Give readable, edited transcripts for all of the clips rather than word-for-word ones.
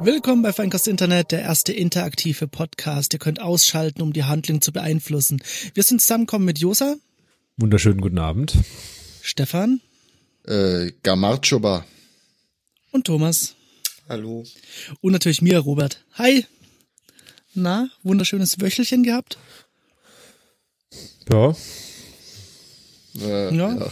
Willkommen bei Feinkast Internet, der erste interaktive Podcast. Ihr könnt ausschalten, um die Handlung zu beeinflussen. Wir sind zusammengekommen mit Josa. Wunderschönen guten Abend. Stefan. Gamarchoba. Und Thomas. Hallo. Und natürlich mir, Robert. Hi. Na, wunderschönes Wöchelchen gehabt? Ja. Ja.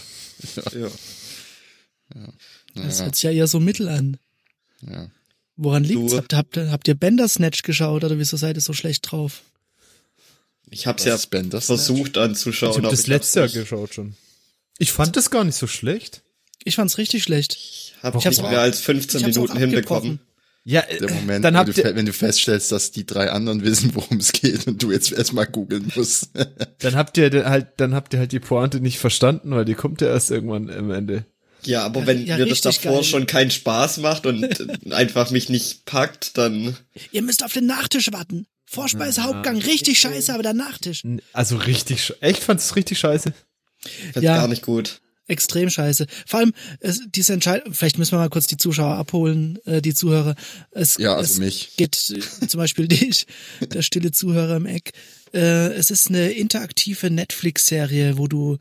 Das hört sich ja eher so mittel an. Ja. Woran liegt's? Habt ihr Bandersnatch geschaut oder wieso seid ihr so schlecht drauf? Ich hab's ja versucht anzuschauen. Ich habe das letzte Jahr geschaut schon. Ich fand das gar nicht so schlecht. Ich fand's richtig schlecht. Ich hab's nicht mehr als 15 Minuten hinbekommen. Ja, Der Moment, dann wenn du feststellst, dass die drei anderen wissen, worum es geht und du jetzt erstmal googeln musst. dann habt ihr halt die Pointe nicht verstanden, weil die kommt ja erst irgendwann am Ende. Ja, aber wenn mir das davor geil. Schon keinen Spaß macht und einfach mich nicht packt, dann... Ihr müsst auf den Nachtisch warten. Vorspeise, Hauptgang, richtig scheiße, aber der Nachtisch. Also richtig, echt fand's richtig scheiße. Ja. Gar nicht gut. Extrem scheiße. Vor allem, diese Entscheidung, vielleicht müssen wir mal kurz die Zuschauer abholen, die Zuhörer. Es mich. Geht zum Beispiel dich, der stille Zuhörer im Eck. Es ist eine interaktive Netflix-Serie, wo du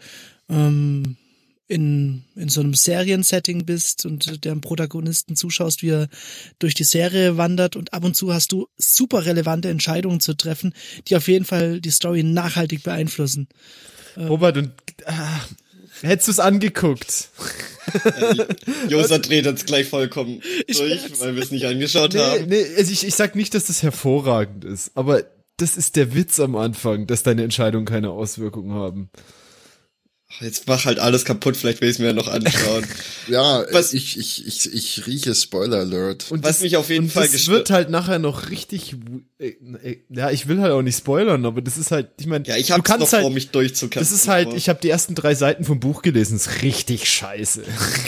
in so einem Seriensetting bist und dem Protagonisten zuschaust, wie er durch die Serie wandert, und ab und zu hast du super relevante Entscheidungen zu treffen, die auf jeden Fall die Story nachhaltig beeinflussen. Robert, und hättest du es angeguckt? Josa dreht jetzt gleich vollkommen durch, weil wir es nicht angeschaut haben. Nee, also ich sag nicht, dass das hervorragend ist, aber das ist der Witz am Anfang, dass deine Entscheidungen keine Auswirkungen haben. Jetzt mach halt alles kaputt, vielleicht will ich es mir ja noch anschauen. Ja, ich rieche Spoiler Alert. Und was mich auf jeden Fall das wird halt nachher noch richtig, ja, ich will halt auch nicht spoilern, aber das ist halt, ich meine, ja, ich hab's noch vor, mich durchzukämpfen. Das ist halt, ich habe die ersten 3 Seiten vom Buch gelesen, ist richtig scheiße.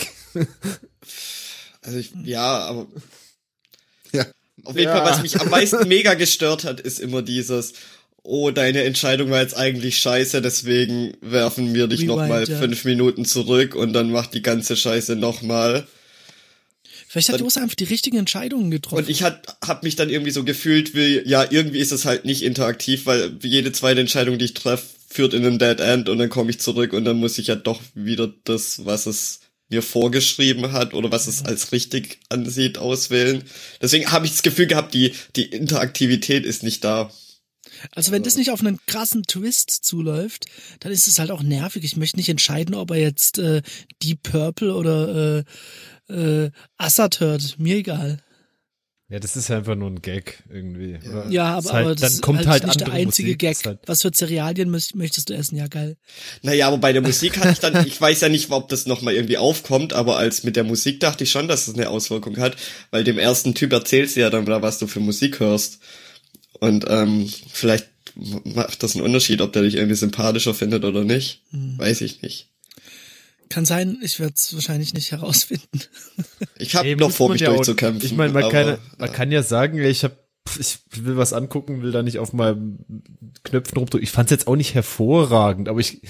Also aber ja. Auf jeden Fall, was mich am meisten mega gestört hat, ist immer dieses: Oh, deine Entscheidung war jetzt eigentlich scheiße, deswegen werfen wir dich nochmal 5 Minuten zurück und dann macht die ganze Scheiße nochmal. Vielleicht hat Josa einfach die richtigen Entscheidungen getroffen. Und ich hab mich dann irgendwie so gefühlt wie, ja, irgendwie ist es halt nicht interaktiv, weil jede zweite Entscheidung, die ich treffe, führt in ein Dead End und dann komme ich zurück und dann muss ich ja doch wieder das, was es mir vorgeschrieben hat oder was es als richtig ansieht, auswählen. Deswegen habe ich das Gefühl gehabt, die Interaktivität ist nicht da. Also wenn das nicht auf einen krassen Twist zuläuft, dann ist es halt auch nervig. Ich möchte nicht entscheiden, ob er jetzt Deep Purple oder Assad hört. Mir egal. Ja, das ist einfach nur ein Gag irgendwie. Ja, aber, halt, aber das dann kommt ist halt nicht der einzige Musik, Gag. halt Was für Cerealien möchtest du essen? Ja, geil. Naja, aber bei der Musik hatte ich dann, ich weiß ja nicht, ob das nochmal irgendwie aufkommt, aber als mit der Musik dachte ich schon, dass es eine Auswirkung hat, weil dem ersten Typ erzählst du ja dann, was du für Musik hörst. Und vielleicht macht das einen Unterschied, ob der dich irgendwie sympathischer findet oder nicht. Weiß ich nicht. Kann sein, ich werde es wahrscheinlich nicht herausfinden. Ich habe noch vor, mich durchzukämpfen. Ich meine, man kann ja sagen, ich will was angucken, will da nicht auf meinem Knöpfen rumdrücken. Ich fand es jetzt auch nicht hervorragend, aber ich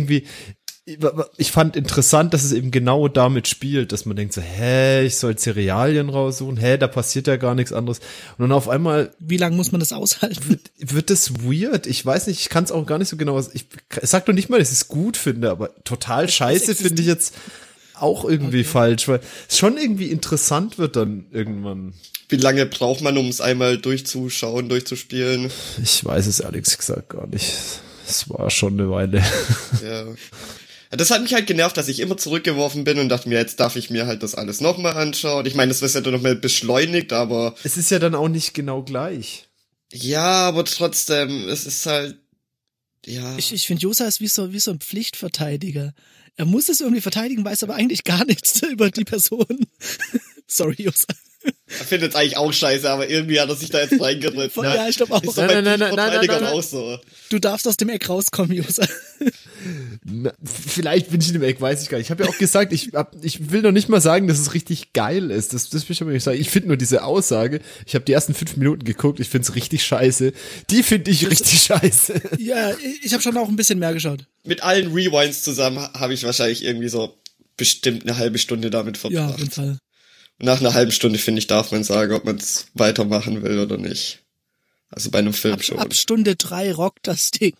fand interessant, dass es eben genau damit spielt, dass man denkt so, ich soll Cerealien raussuchen, da passiert ja gar nichts anderes. Und dann auf einmal... Wie lange muss man das aushalten? Wird das weird? Ich weiß nicht, ich kann es auch gar nicht so genau... Ich sag doch nicht mal, dass ich es gut finde, aber total scheiße finde ich jetzt auch irgendwie falsch, weil es schon irgendwie interessant wird dann irgendwann. Wie lange braucht man, um es einmal durchzuschauen, durchzuspielen? Ich weiß es ehrlich gesagt gar nicht. Es war schon eine Weile. Ja. Das hat mich halt genervt, dass ich immer zurückgeworfen bin und dachte mir, jetzt darf ich mir halt das alles nochmal anschauen. Ich meine, das wird ja dann nochmal beschleunigt, aber... Es ist ja dann auch nicht genau gleich. Ja, aber trotzdem, es ist halt... Ja. Ich finde, Josa ist wie so ein Pflichtverteidiger. Er muss es irgendwie verteidigen, weiß aber eigentlich gar nichts über die Person. Sorry, Josa. Er findet es eigentlich auch scheiße, aber irgendwie hat er sich da jetzt reingeritten. Ja, ich glaube auch. Ist doch bei Verteidigern auch so. Du darfst aus dem Eck rauskommen, Josa. Vielleicht bin ich in dem Eck, weiß ich gar nicht. Ich habe ja auch gesagt, ich will noch nicht mal sagen, dass es richtig geil ist. Das will ich aber nicht sagen. Ich finde nur diese Aussage, ich habe die ersten 5 Minuten geguckt, ich finde es richtig scheiße. Die finde ich richtig scheiße. Ja, ich habe schon auch ein bisschen mehr geschaut. Mit allen Rewinds zusammen habe ich wahrscheinlich irgendwie so bestimmt eine halbe Stunde damit verbracht. Ja, auf jeden Fall. Nach einer halben Stunde, finde ich, darf man sagen, ob man es weitermachen will oder nicht. Also bei einem Film schon. Ab Stunde 3 rockt das Ding.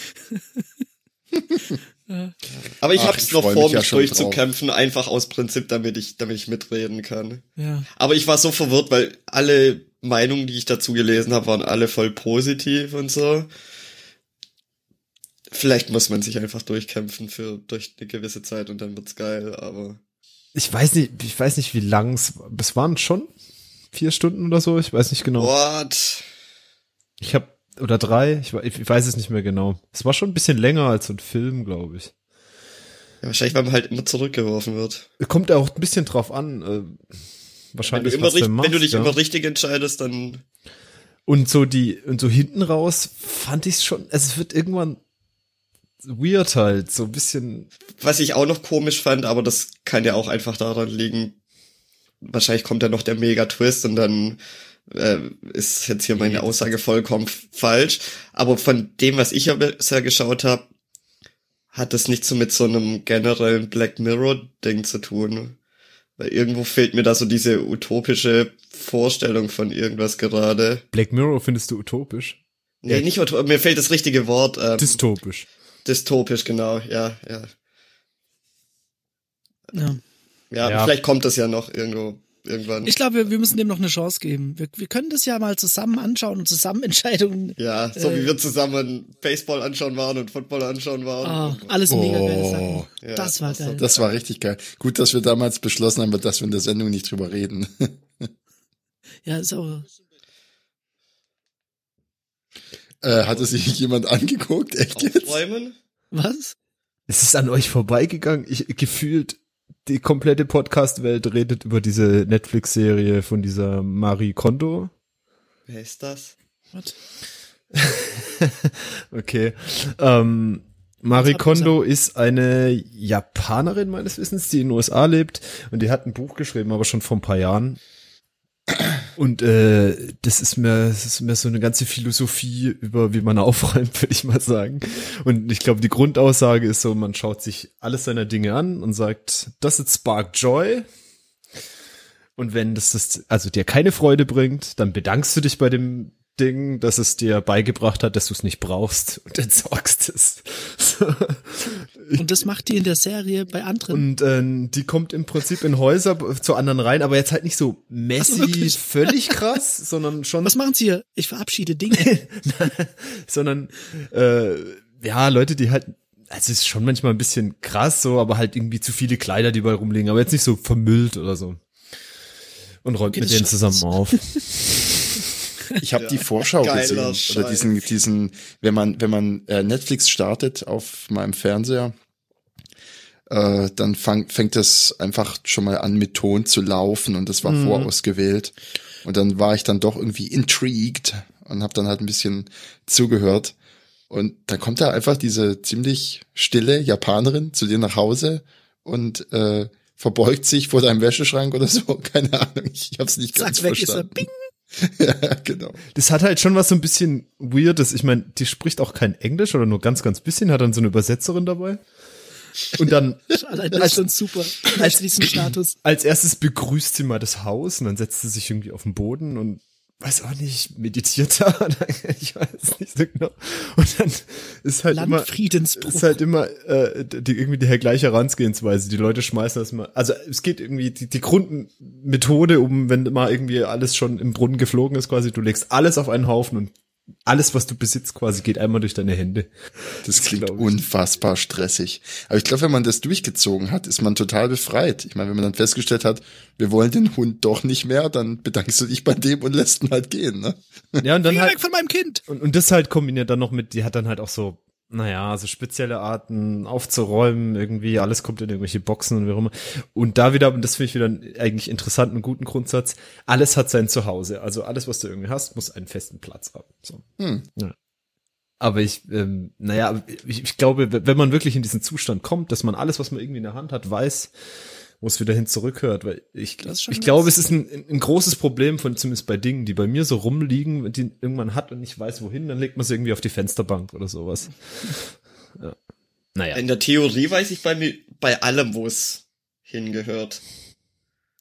Aber ich Ach, hab's ich noch freu vor, mich ja mich schon durchzukämpfen, einfach aus Prinzip, damit ich mitreden kann. Ja. Aber ich war so verwirrt, weil alle Meinungen, die ich dazu gelesen habe, waren alle voll positiv und so. Vielleicht muss man sich einfach durchkämpfen durch eine gewisse Zeit und dann wird's geil, aber Ich weiß nicht, wie lang es waren schon 4 Stunden oder so, ich weiß nicht genau. what? Oder 3, ich weiß es nicht mehr genau. Es war schon ein bisschen länger als so ein Film, glaube ich. Ja, wahrscheinlich, weil man halt immer zurückgeworfen wird. Kommt auch ein bisschen drauf an, wahrscheinlich, was du machst, wenn du dich ja. immer richtig entscheidest, dann Und so hinten raus fand ich es schon, es wird irgendwann weird halt, so ein bisschen. was ich auch noch komisch fand, aber das kann ja auch einfach daran liegen, wahrscheinlich kommt ja noch der Mega-Twist und dann ist jetzt hier meine Aussage vollkommen falsch. Aber von dem, was ich ja bisher geschaut habe, hat das nicht so mit so einem generellen Black Mirror-Ding zu tun. Weil irgendwo fehlt mir da so diese utopische Vorstellung von irgendwas gerade. Black Mirror findest du utopisch? Nee, Ja. nicht utopisch, mir fehlt das richtige Wort. Dystopisch. Dystopisch, genau, ja. Ja. Ja. Vielleicht kommt das ja noch irgendwann. Ich glaube, wir müssen dem noch eine Chance geben. Wir können das ja mal zusammen anschauen und zusammen Entscheidungen. Ja, so wie wir zusammen Baseball anschauen waren und Football anschauen waren. Alles mega geile Sachen. Ja, Das war geil. Das war richtig geil. Gut, dass wir damals beschlossen haben, dass wir in der Sendung nicht drüber reden. Ja, ist auch. Hatte sich jemand angeguckt? Echt jetzt? Aufräumen? Was? Es ist an euch vorbeigegangen. Gefühlt die komplette Podcast-Welt redet über diese Netflix-Serie von dieser Marie Kondo. Wer ist das? Was? Okay. Marie Kondo ist eine Japanerin meines Wissens, die in den USA lebt und die hat ein Buch geschrieben, aber schon vor ein paar Jahren. Und das ist mir so eine ganze Philosophie über, wie man aufräumt, würde ich mal sagen. Und ich glaube, die Grundaussage ist so, man schaut sich alles seiner Dinge an und sagt, does it spark joy? Und wenn das also dir keine Freude bringt, dann bedankst du dich bei dem Ding, dass es dir beigebracht hat, dass du es nicht brauchst und entsorgst es. Und das macht die in der Serie bei anderen. Und die kommt im Prinzip in Häuser zu anderen rein, aber jetzt halt nicht so messy, wirklich? völlig krass, sondern schon, Was machen sie hier? Ich verabschiede Dinge. sondern ja, Leute, die halt, also es ist schon manchmal ein bisschen krass so, aber halt irgendwie zu viele Kleider, die überall rumliegen, aber jetzt nicht so vermüllt oder so. Und räumt Okay, mit das denen ist zusammen auf. Ich habe die Vorschau Geiler gesehen. Oder Scheiß. diesen, wenn man Netflix startet auf meinem Fernseher, dann fängt das einfach schon mal an mit Ton zu laufen und das war vorausgewählt. Und dann war ich dann doch irgendwie intrigued und habe dann halt ein bisschen zugehört. Und dann kommt da einfach diese ziemlich stille Japanerin zu dir nach Hause und verbeugt sich vor deinem Wäscheschrank oder so. Keine Ahnung, ich hab's nicht ganz Zack, weg ist er. verstanden. Bing. Ja, genau. Das hat halt schon was so ein bisschen Weirdes. Ich meine, die spricht auch kein Englisch oder nur ganz, ganz bisschen, hat dann so eine Übersetzerin dabei. Und dann Allein das ist schon super. Als diesen Status. als erstes begrüßt sie mal das Haus und dann setzt sie sich irgendwie auf den Boden und weiß auch nicht, meditiert da. Ich weiß nicht so genau. Und dann ist halt Landfriedensbruch. immer irgendwie die gleiche Herangehensweise. Die Leute schmeißen das mal. Also es geht irgendwie die Grundmethode, wenn mal irgendwie alles schon im Brunnen geflogen ist, quasi, du legst alles auf einen Haufen und alles, was du besitzt, quasi geht einmal durch deine Hände. Das klingt glaub ich. unfassbar stressig. Aber ich glaube, wenn man das durchgezogen hat, ist man total befreit. Ich meine, wenn man dann festgestellt hat, wir wollen den Hund doch nicht mehr, dann bedankst du dich bei dem und lässt ihn halt gehen, ne? Ja, und dann Geh halt weg von meinem Kind. Und das halt kombiniert dann noch mit, die hat dann halt auch so, naja, so spezielle Arten aufzuräumen, irgendwie, alles kommt in irgendwelche Boxen und wie auch immer. Und da wieder, und das finde ich wieder einen eigentlich interessanten und guten Grundsatz, alles hat sein Zuhause. Also alles, was du irgendwie hast, muss einen festen Platz haben. So. Ja. Aber ich glaube, wenn man wirklich in diesen Zustand kommt, dass man alles, was man irgendwie in der Hand hat, weiß, wo es wieder hin zurückhört, weil ich glaube, es ist ein großes Problem zumindest bei Dingen, die bei mir so rumliegen, die irgendwann hat und nicht weiß wohin, dann legt man sie irgendwie auf die Fensterbank oder sowas. Ja. Naja. In der Theorie weiß ich bei allem, wo es hingehört.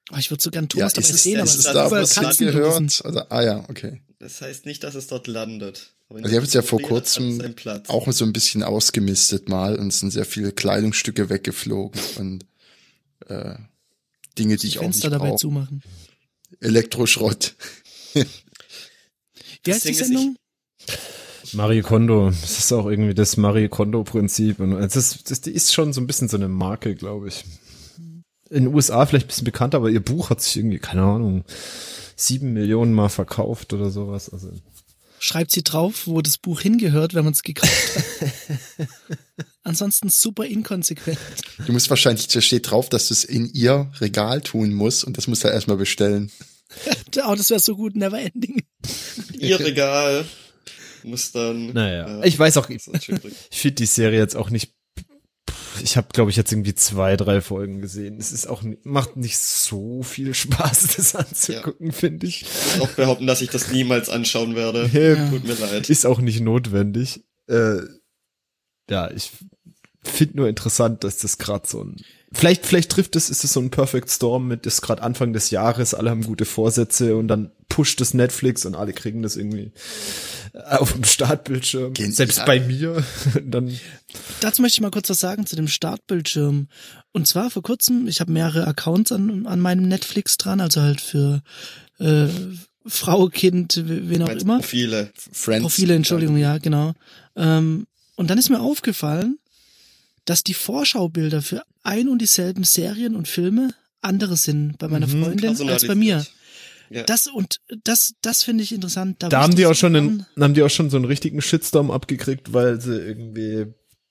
Oh, ich würde so gern Ja, Thomas dabei ist sehen, aber es es ist ist da überall was Katzendosen. hingehört? Also, ja, okay. Das heißt nicht, dass es dort landet. Aber Also ich habe jetzt ja vor Theorie hat alles kurzem seinen Platz. auch so ein bisschen ausgemistet mal und es sind sehr viele Kleidungsstücke weggeflogen und Dinge, die Die ich auch Fenster nicht dabei brauche. zumachen. Elektroschrott. Wie heißt die Ding ist, Sendung? Marie Kondo, das ist auch irgendwie das Marie Kondo-Prinzip. Und die ist schon so ein bisschen so eine Marke, glaube ich. In den USA vielleicht ein bisschen bekannter, aber ihr Buch hat sich irgendwie, keine Ahnung, 7 Millionen Mal verkauft oder sowas. Also Schreibt sie drauf, wo das Buch hingehört, wenn man es gekauft hat. Ansonsten super inkonsequent. Du musst wahrscheinlich, da steht drauf, dass du es in ihr Regal tun musst und das musst du erstmal bestellen. Oh, das wäre so gut, never ending. Ihr Regal muss dann... naja, ich weiß auch, ich so schön bringen. finde die Serie jetzt auch nicht, ich habe glaube ich jetzt irgendwie 2, 3 Folgen gesehen. Es ist auch, macht nicht so viel Spaß, das anzugucken, finde ich. Ich will auch behaupten, dass ich das niemals anschauen werde. Ja. Tut mir leid. Ist auch nicht notwendig. Ja, ich finde nur interessant, dass das gerade so ein, vielleicht trifft es, ist es so ein Perfect Storm mit, ist gerade Anfang des Jahres, alle haben gute Vorsätze und dann pusht es Netflix und alle kriegen das irgendwie auf dem Startbildschirm. Genial. Selbst bei mir. Dann Dazu möchte ich mal kurz was sagen zu dem Startbildschirm. Und zwar vor kurzem, ich habe mehrere Accounts an meinem Netflix dran, also halt für Frau, Kind, wen auch Meinst immer. Profile. Friends. Profile, Entschuldigung, ja, genau. Und dann ist mir aufgefallen, dass die Vorschaubilder für ein und dieselben Serien und Filme andere sind bei meiner Freundin als bei mir. Ja. Das finde ich interessant. da haben die auch schon so einen richtigen Shitstorm abgekriegt, weil sie irgendwie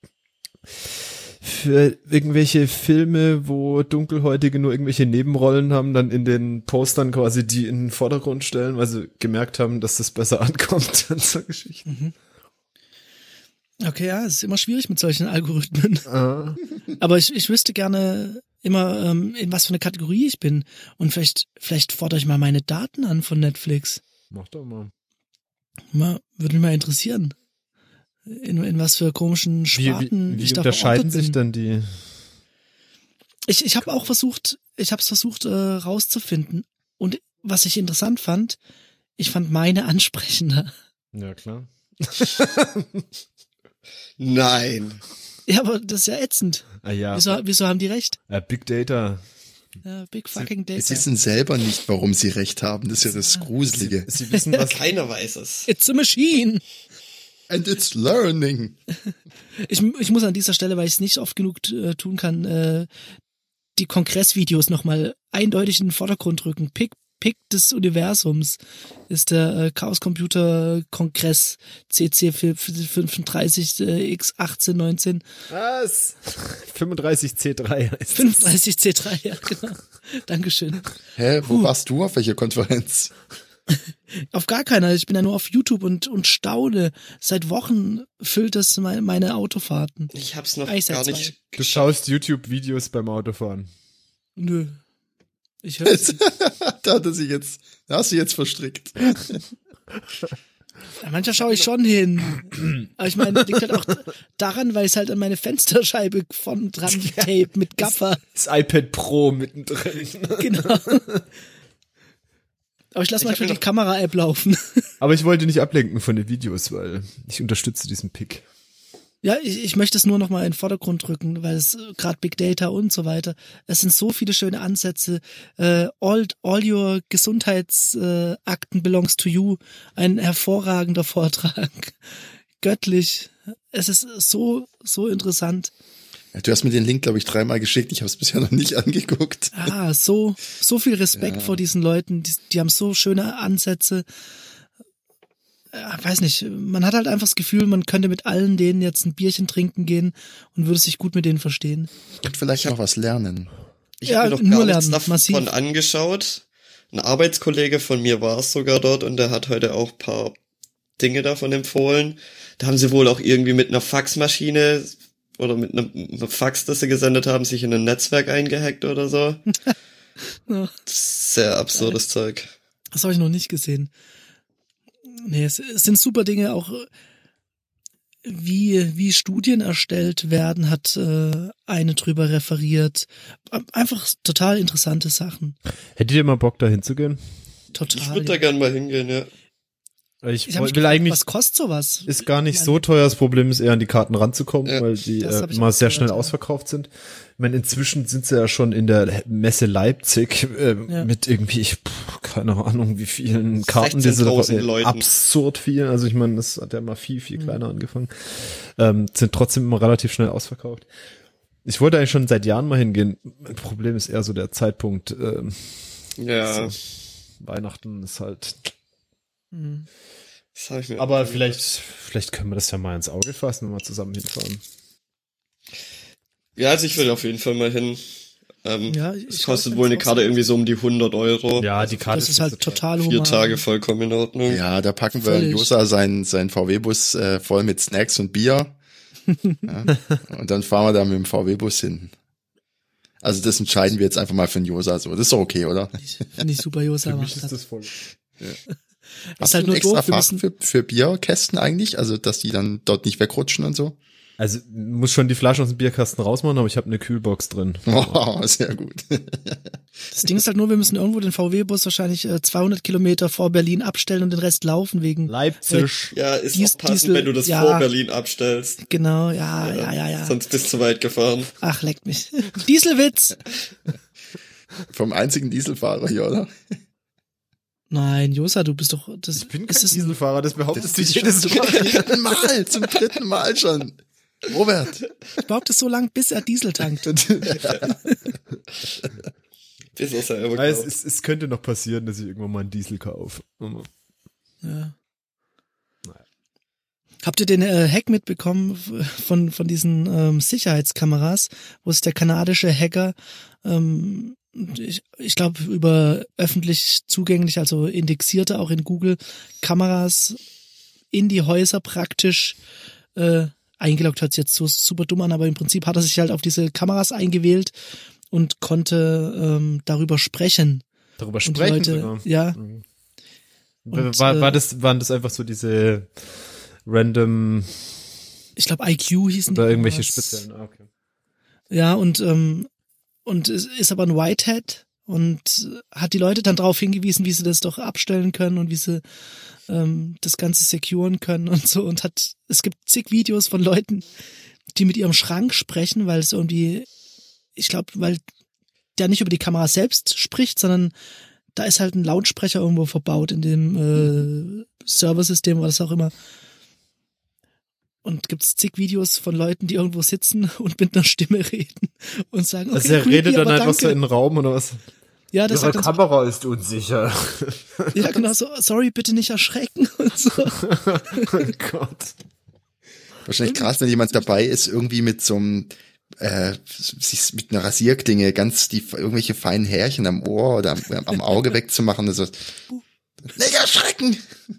für irgendwelche Filme, wo Dunkelhäutige nur irgendwelche Nebenrollen haben, dann in den Postern quasi die in den Vordergrund stellen, weil sie gemerkt haben, dass das besser ankommt an so Geschichten. Okay, ja, es ist immer schwierig mit solchen Algorithmen. Ah. Aber ich wüsste gerne immer, in was für eine Kategorie ich bin. Und vielleicht fordere ich mal meine Daten an von Netflix. Mach doch mal. Würde mich mal interessieren. In was für komischen Sparten Wie ich da unterscheiden verortet bin. sich denn die? Ich habe auch versucht, rauszufinden. Und was ich interessant fand, ich fand meine ansprechender. Ja, klar. Nein. Ja, aber das ist ja ätzend. Ah, ja. Wieso haben die recht? Big Data. Ja, big fucking Sie data. wissen selber nicht, warum sie recht haben. Das ist ja das Gruselige. Sie wissen was. Keiner weiß es. It's a machine. And it's learning. Ich muss an dieser Stelle, weil ich es nicht oft genug tun kann, die Kongressvideos nochmal eindeutig in den Vordergrund rücken. Pick des Universums ist der Chaos Computer Kongress CC 35 X 1819 Was? 35C3 heißt 35 C3, ja genau. Dankeschön. Hä, wo warst du? Auf welcher Konferenz? Auf gar keiner. Ich bin ja nur auf YouTube und staune. Seit Wochen füllt das meine Autofahrten. Ich hab's noch Eigentlich gar seit nicht Du schaust YouTube-Videos beim Autofahren. Nö. Ich hör's. Da hast du jetzt verstrickt. Ja, manchmal schaue ich schon hin. Aber ich meine, das liegt halt auch daran, weil ich es halt an meine Fensterscheibe von dran tape mit Gaffer. Das iPad Pro mittendrin. Genau. Aber ich lasse manchmal die Kamera-App laufen. Aber ich wollte nicht ablenken von den Videos, weil ich unterstütze diesen Pick. Ja, ich möchte es nur noch mal in den Vordergrund drücken, weil es gerade Big Data und so weiter, es sind so viele schöne Ansätze. All your Gesundheitsakten belongs to you. Ein hervorragender Vortrag. Göttlich. Es ist so interessant. Du hast mir den Link, glaube ich, 3-mal geschickt. Ich habe es bisher noch nicht angeguckt. Ah, so viel Respekt vor diesen Leuten. Die haben so schöne Ansätze. Weiß nicht, man hat halt einfach das Gefühl, man könnte mit allen denen jetzt ein Bierchen trinken gehen und würde sich gut mit denen verstehen. Und vielleicht noch was lernen. Ich Ja, habe mir noch nur gar nichts lernen, massiv. davon angeschaut. Ein Arbeitskollege von mir war es sogar dort und der hat heute auch ein paar Dinge davon empfohlen. Da haben sie wohl auch irgendwie mit einer Faxmaschine oder mit einem Fax, das sie gesendet haben, sich in ein Netzwerk eingehackt oder so. Ja. Sehr absurdes Zeug. Das habe ich noch nicht gesehen. Nee, es sind super Dinge, auch wie Studien erstellt werden, hat eine drüber referiert. Einfach total interessante Sachen. Hättet ihr mal Bock, da hinzugehen? Total. Ich würde da gern mal hingehen, ja. Ich hab mich will gefragt, eigentlich, was kostet sowas? ist gar nicht so teuer. Das Problem ist eher an die Karten ranzukommen, Ja, weil die das hab ich immer auch sehr gehört, schnell ja. ausverkauft sind. Ich meine, inzwischen sind sie ja schon in der Messe Leipzig Ja. mit irgendwie, keine Ahnung, wie vielen Karten, 16.000 Leuten. absurd viel. Also ich meine, das hat ja mal viel kleiner angefangen. Sind trotzdem immer relativ schnell ausverkauft. Ich wollte eigentlich schon seit Jahren mal hingehen. Mein Problem ist eher so der Zeitpunkt. Ja, Weihnachten ist halt. Mhm. das hab ich mir Aber vielleicht können wir das ja mal ins Auge fassen und mal zusammen hinfahren. Ja, also ich will auf jeden Fall mal hin. Ja, Es kostet wohl eine Karte irgendwie so um die 100 €. Ja, die Karte Das ist halt total 4 human. Tage vollkommen in Ordnung. Ja, da packen wir Völlig. Josa seinen VW-Bus voll mit Snacks und Bier. Ja, und dann fahren wir da mit dem VW-Bus hin. Also das entscheiden wir jetzt einfach mal für den Josa so. Das ist doch okay, oder? Finde ich super, Josa Für macht mich ist das. das voll. Hast halt du nur ein extra doof, wir Fach für Bierkästen eigentlich? Also dass die dann dort nicht wegrutschen und so? Also muss schon die Flasche aus dem Bierkasten rausmachen, aber ich habe eine Kühlbox drin. Oh, sehr gut. Das Ding ist halt nur, wir müssen irgendwo den VW-Bus wahrscheinlich 200 Kilometer vor Berlin abstellen und den Rest laufen wegen. Leipzig. Ja, ist Dies- auch passend, Diesel- wenn du das ja. vor Berlin abstellst. Genau, ja. Sonst bist du zu weit gefahren. Ach, leckt mich. Dieselwitz! Vom einzigen Dieselfahrer hier, oder? Nein, Josa, du bist doch. Das Ich bin ist kein das Dieselfahrer, das behauptest du ist jedes Mal. zum dritten Mal schon. Robert. Ich behaupte so lang, bis er Diesel tankt. Bis er selber Ja, kauft. es könnte noch passieren, dass ich irgendwann mal einen Diesel kaufe. Ja. Naja. Habt ihr den Hack mitbekommen von diesen Sicherheitskameras, wo sich der kanadische Hacker, ich glaube über öffentlich zugänglich, also indexierte auch in Google, Kameras in die Häuser praktisch eingeloggt, hört sich jetzt so super dumm an, aber im Prinzip hat er sich halt auf diese Kameras eingewählt und konnte darüber sprechen. Darüber Und die sprechen Leute, sogar. ja, Mhm. Und, Waren das einfach so diese random ich glaube IQ hießen oder die irgendwelche Kameras. speziellen? Ah, okay. Ja, und es ist aber ein Whitehead und hat die Leute dann darauf hingewiesen, wie sie das doch abstellen können und wie sie das Ganze securen können und so. Und es gibt zig Videos von Leuten, die mit ihrem Schrank sprechen, weil es irgendwie, ich glaube, weil der nicht über die Kamera selbst spricht, sondern da ist halt ein Lautsprecher irgendwo verbaut in dem Serversystem oder was auch immer. Und gibt's zig Videos von Leuten, die irgendwo sitzen und mit einer Stimme reden und sagen, okay, Also er creepy, redet dann aber einfach danke. so in den Raum oder was? Ja, das Ihre sagt dann Kamera ist unsicher. so, ja, genau so, sorry, bitte nicht erschrecken und so. Oh Gott. Wahrscheinlich krass, wenn jemand dabei ist, irgendwie mit so einem sich mit einer Rasierklinge ganz irgendwelche feinen Härchen am Ohr oder am Auge wegzumachen. Also, nicht erschrecken!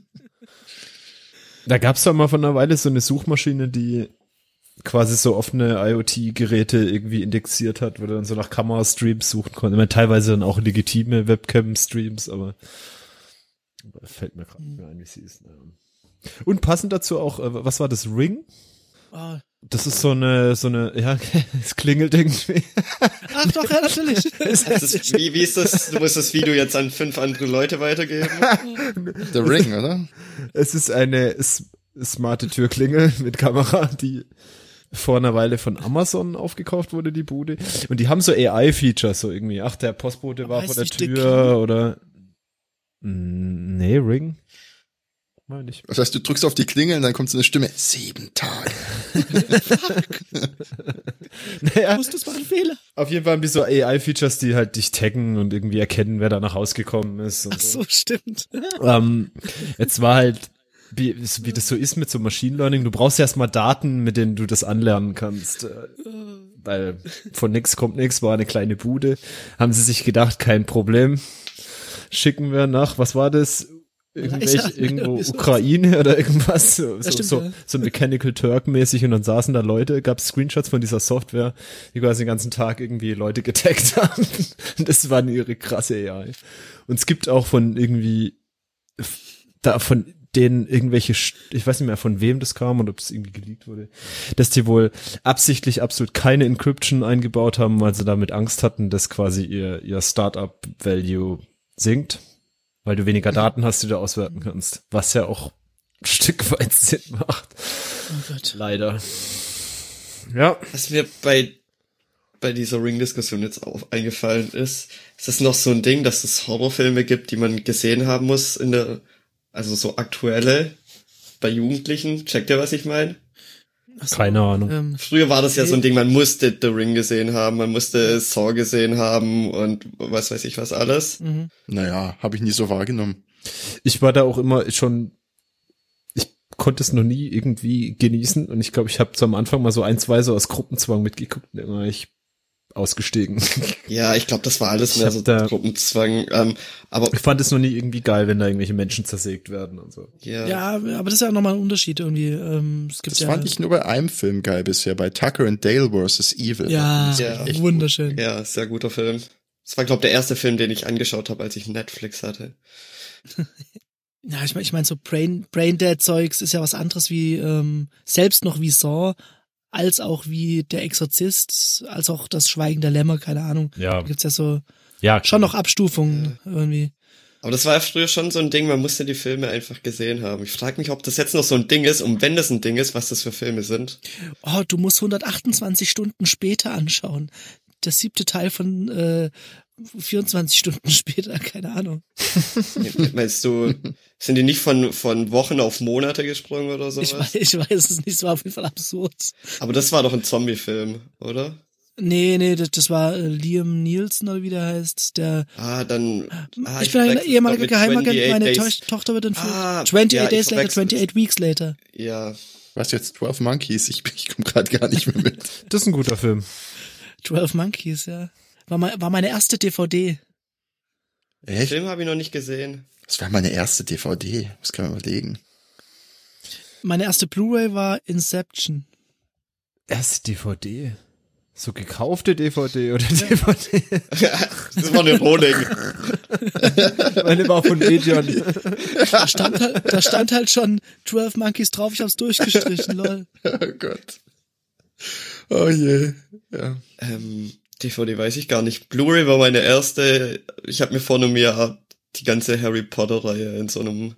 Da gab's doch mal vor einer Weile so eine Suchmaschine, die quasi so offene IoT-Geräte irgendwie indexiert hat, wo du dann so nach Kamerastreams suchen konntest. Ich meine, teilweise dann auch legitime Webcam-Streams, aber fällt mir gerade nicht mehr ein, wie sie ist. Und passend dazu auch, was war das, Ring? Ah. Das ist so eine, ja, es klingelt irgendwie. Ach doch, ja, natürlich. Wie ist das? Du musst das Video jetzt an 5 andere Leute weitergeben. The Ring, oder? Es ist eine smarte Türklingel mit Kamera, die vor einer Weile von Amazon aufgekauft wurde, die Bude. Und die haben so AI-Features, so irgendwie, ach, der Postbote Aber war heißt vor der nicht The Tür oder nee, Ring? Mal nicht. Das heißt, du drückst auf die Klingel und dann kommt so eine Stimme, 7 Tage. Naja, Das war ein Fehler. auf jeden Fall haben die so AI-Features, die halt dich taggen und irgendwie erkennen, wer da nach Hause gekommen ist. Und Ach so, stimmt. jetzt war halt, wie das so ist mit so Machine Learning, du brauchst erstmal Daten, mit denen du das anlernen kannst. Weil von nix kommt nix, war eine kleine Bude. Haben sie sich gedacht, kein Problem. Schicken wir nach, was war das? Irgendwo Ukraine oder irgendwas, so Mechanical Turk mäßig, und dann saßen da Leute, gab Screenshots von dieser Software, die quasi den ganzen Tag irgendwie Leute getaggt haben. Und das war ihre krasse AI. Und es gibt auch von irgendwie, denen irgendwelche, ich weiß nicht mehr von wem das kam und ob das irgendwie geleakt wurde, dass die wohl absichtlich absolut keine Encryption eingebaut haben, weil sie damit Angst hatten, dass quasi ihr Startup-Value sinkt, weil du weniger Daten hast, die du auswerten kannst, was ja auch ein Stück weit Sinn macht. Oh Gott. Leider. Ja. Was mir bei dieser Ring-Diskussion jetzt auch eingefallen ist es noch so ein Ding, dass es Horrorfilme gibt, die man gesehen haben muss also so aktuelle bei Jugendlichen. Checkt ihr, was ich meine? Ach so, Keine Ahnung. Früher war das ja so ein Ding, man musste The Ring gesehen haben, man musste Saw gesehen haben und was weiß ich was alles. Mhm. Naja, habe ich nie so wahrgenommen. Ich war da auch immer schon, ich konnte es noch nie irgendwie genießen und ich glaube, ich habe so am Anfang mal so 1, 2 so aus Gruppenzwang mitgeguckt und immer ich ausgestiegen. Ja, ich glaube, das war alles Ich mehr hab so da- Gruppenzwang. Aber Ich fand es noch nie irgendwie geil, wenn da irgendwelche Menschen zersägt werden und so. Ja, aber das ist ja nochmal ein Unterschied irgendwie. Es gibt Das ja, fand ich nur bei einem Film geil bisher, bei Tucker and Dale vs. Evil. ja, Ja. echt wunderschön. Ja, sehr guter Film. Das war, glaube ich, der erste Film, den ich angeschaut habe, als ich Netflix hatte. Ja, ich mein, so Braindead-Zeugs ist ja was anderes wie selbst noch wie Saw, als auch wie Der Exorzist, als auch Das Schweigen der Lämmer, keine Ahnung. Ja. Da gibt's ja so Ja, schon noch Abstufungen irgendwie. Aber das war ja früher schon so ein Ding, man musste die Filme einfach gesehen haben. Ich frage mich, ob das jetzt noch so ein Ding ist und wenn das ein Ding ist, was das für Filme sind. Oh, du musst 128 Stunden später anschauen. Der 7. Teil von 24 Stunden später, keine Ahnung. Meinst du, sind die nicht von Wochen auf Monate gesprungen oder sowas? Ich weiß es nicht, es war auf jeden Fall absurd. Aber das war doch ein Zombie-Film, oder? Nee, das war Liam Nielsen oder wie der heißt, der ich bin ein ehemaliger Geheimagent, meine Tochter wird entführt. 28 ja, Days Later, 28 Weeks Later. Ja. Was jetzt 12 Monkeys? Ich komme gerade gar nicht mehr mit. das ist ein guter Film. 12 Monkeys, ja. War meine erste DVD. Den Echt? Film habe ich noch nicht gesehen. Das war meine erste DVD. Das kann man überlegen. Meine erste Blu-ray war Inception. Erste DVD. So gekaufte DVD oder DVD? Das war eine Rohling. Meine war von Medion. Da stand halt schon 12 Monkeys drauf, ich hab's durchgestrichen, lol. Oh Gott. Oh je. Ja. DVD weiß ich gar nicht. Blu-ray war meine erste. Ich habe mir vor einem Jahr die ganze Harry Potter-Reihe in so einem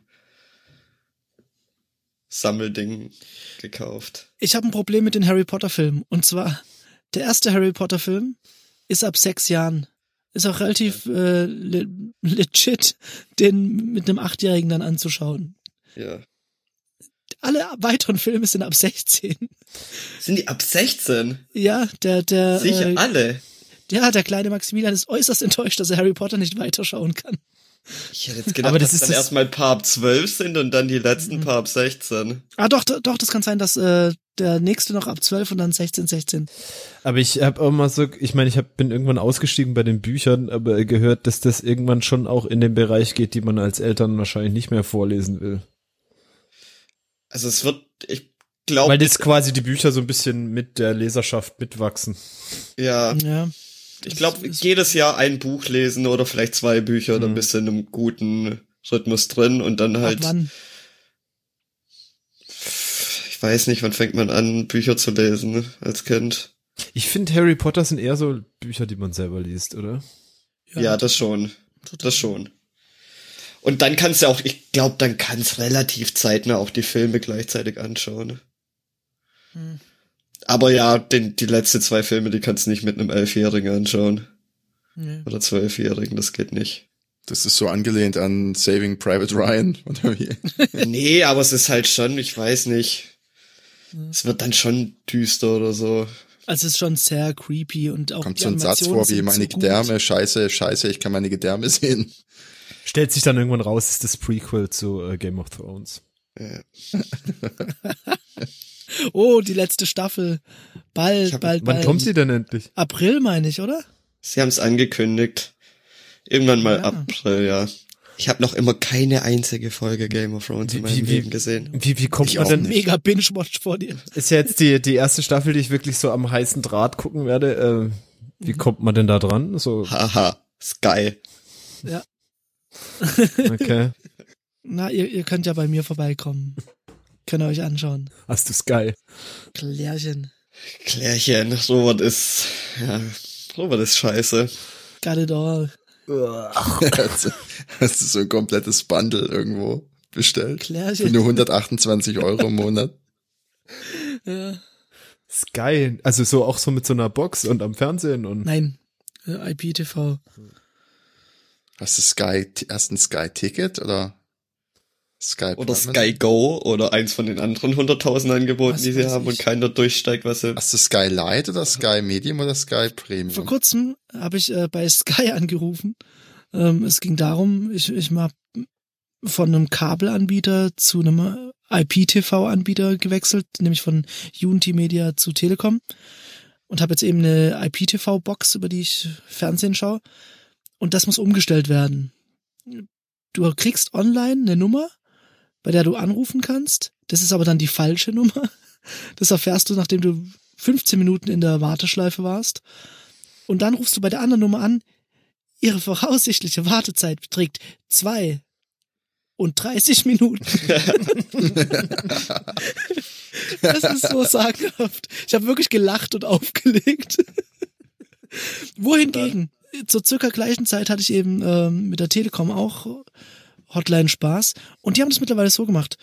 Sammelding gekauft. Ich habe ein Problem mit den Harry Potter Filmen. Und zwar, der erste Harry Potter Film ist ab 6 Jahren. Ist auch relativ legit, den mit einem 8-Jährigen dann anzuschauen. Ja. Alle weiteren Filme sind ab 16. Sind die ab 16? Ja, der Sicher alle. ja, der kleine Maximilian ist äußerst enttäuscht, dass er Harry Potter nicht weiterschauen kann. Ich hätte jetzt gedacht, Aber das dass ist dann das- erstmal ein paar ab 12 sind und dann die letzten paar ab 16. Ah, doch, das kann sein, dass der nächste noch ab 12 und dann 16. Aber ich habe auch mal so, ich meine, bin irgendwann ausgestiegen bei den Büchern, aber gehört, dass das irgendwann schon auch in den Bereich geht, die man als Eltern wahrscheinlich nicht mehr vorlesen will. Also es wird, ich glaube, Weil das quasi die Bücher so ein bisschen mit der Leserschaft mitwachsen. ja, Ja. ich glaube, jedes Jahr ein Buch lesen oder vielleicht 2 Bücher, dann bist du in einem guten Rhythmus drin und dann Ab halt, wann? ich weiß nicht, wann fängt man an, Bücher zu lesen als Kind? Ich finde, Harry Potter sind eher so Bücher, die man selber liest, oder? Ja, das schon. Das schon. Und dann kannst du auch, ich glaube, dann kannst relativ zeitnah auch die Filme gleichzeitig anschauen. Aber ja, die letzten 2 Filme, die kannst du nicht mit einem 11-Jährigen anschauen. Nee. Oder 12-Jährigen, das geht nicht. Das ist so angelehnt an Saving Private Ryan, oder wie? Nee, aber es ist halt schon, ich weiß nicht. Es wird dann schon düster oder so. Also es ist schon sehr creepy und auch Kommt die so ein Satz Animationen vor wie sind meine so gut. Gedärme, scheiße, ich kann meine Gedärme sehen. Stellt sich dann irgendwann raus, ist das Prequel zu Game of Thrones. Ja. Oh, die letzte Staffel. Bald. Wann kommt sie denn endlich? April, meine ich, oder? Sie haben es angekündigt. Irgendwann mal Ja. April, ja. Ich habe noch immer keine einzige Folge Game of Thrones in meinem Leben gesehen. Wie kommt Ich man auch denn? nicht. Mega Binge-Watch vor dir. Ist ja jetzt die erste Staffel, die ich wirklich so am heißen Draht gucken werde. Wie kommt man denn da dran? So, Haha, Sky. Ja. okay. Na, ihr könnt ja bei mir vorbeikommen. Könnt ihr euch anschauen. Hast du Sky? Klärchen. Robert ist scheiße. Got it all. Hast du so ein komplettes Bundle irgendwo bestellt? Klärchen. Für nur 128 € im Monat. Ja. Sky, also so auch so mit so einer Box und am Fernsehen und. Nein, IPTV. Hast du erst ein Sky-Ticket oder Sky Oder Platinum? Sky Go oder eins von den anderen 100.000 Angeboten, Was die sie weiß haben ich. und keiner durchsteigt, was sie... Hast du Sky Lite oder Sky Medium oder Sky Vor Premium? kurzem habe ich bei Sky angerufen. Es ging darum, ich mal von einem Kabelanbieter zu einem IPTV-Anbieter gewechselt, nämlich von Unity Media zu Telekom und habe jetzt eben eine IPTV-Box, über die ich Fernsehen schaue und das muss umgestellt werden. Du kriegst online eine Nummer, bei der du anrufen kannst, das ist aber dann die falsche Nummer. Das erfährst du, nachdem du 15 Minuten in der Warteschleife warst und dann rufst du bei der anderen Nummer an, ihre voraussichtliche Wartezeit beträgt 32 Minuten. Das ist so sagenhaft. Ich habe wirklich gelacht und aufgelegt. Wohingegen, zur circa gleichen Zeit hatte ich eben mit der Telekom auch Hotline-Spaß und die haben das mittlerweile so gemacht.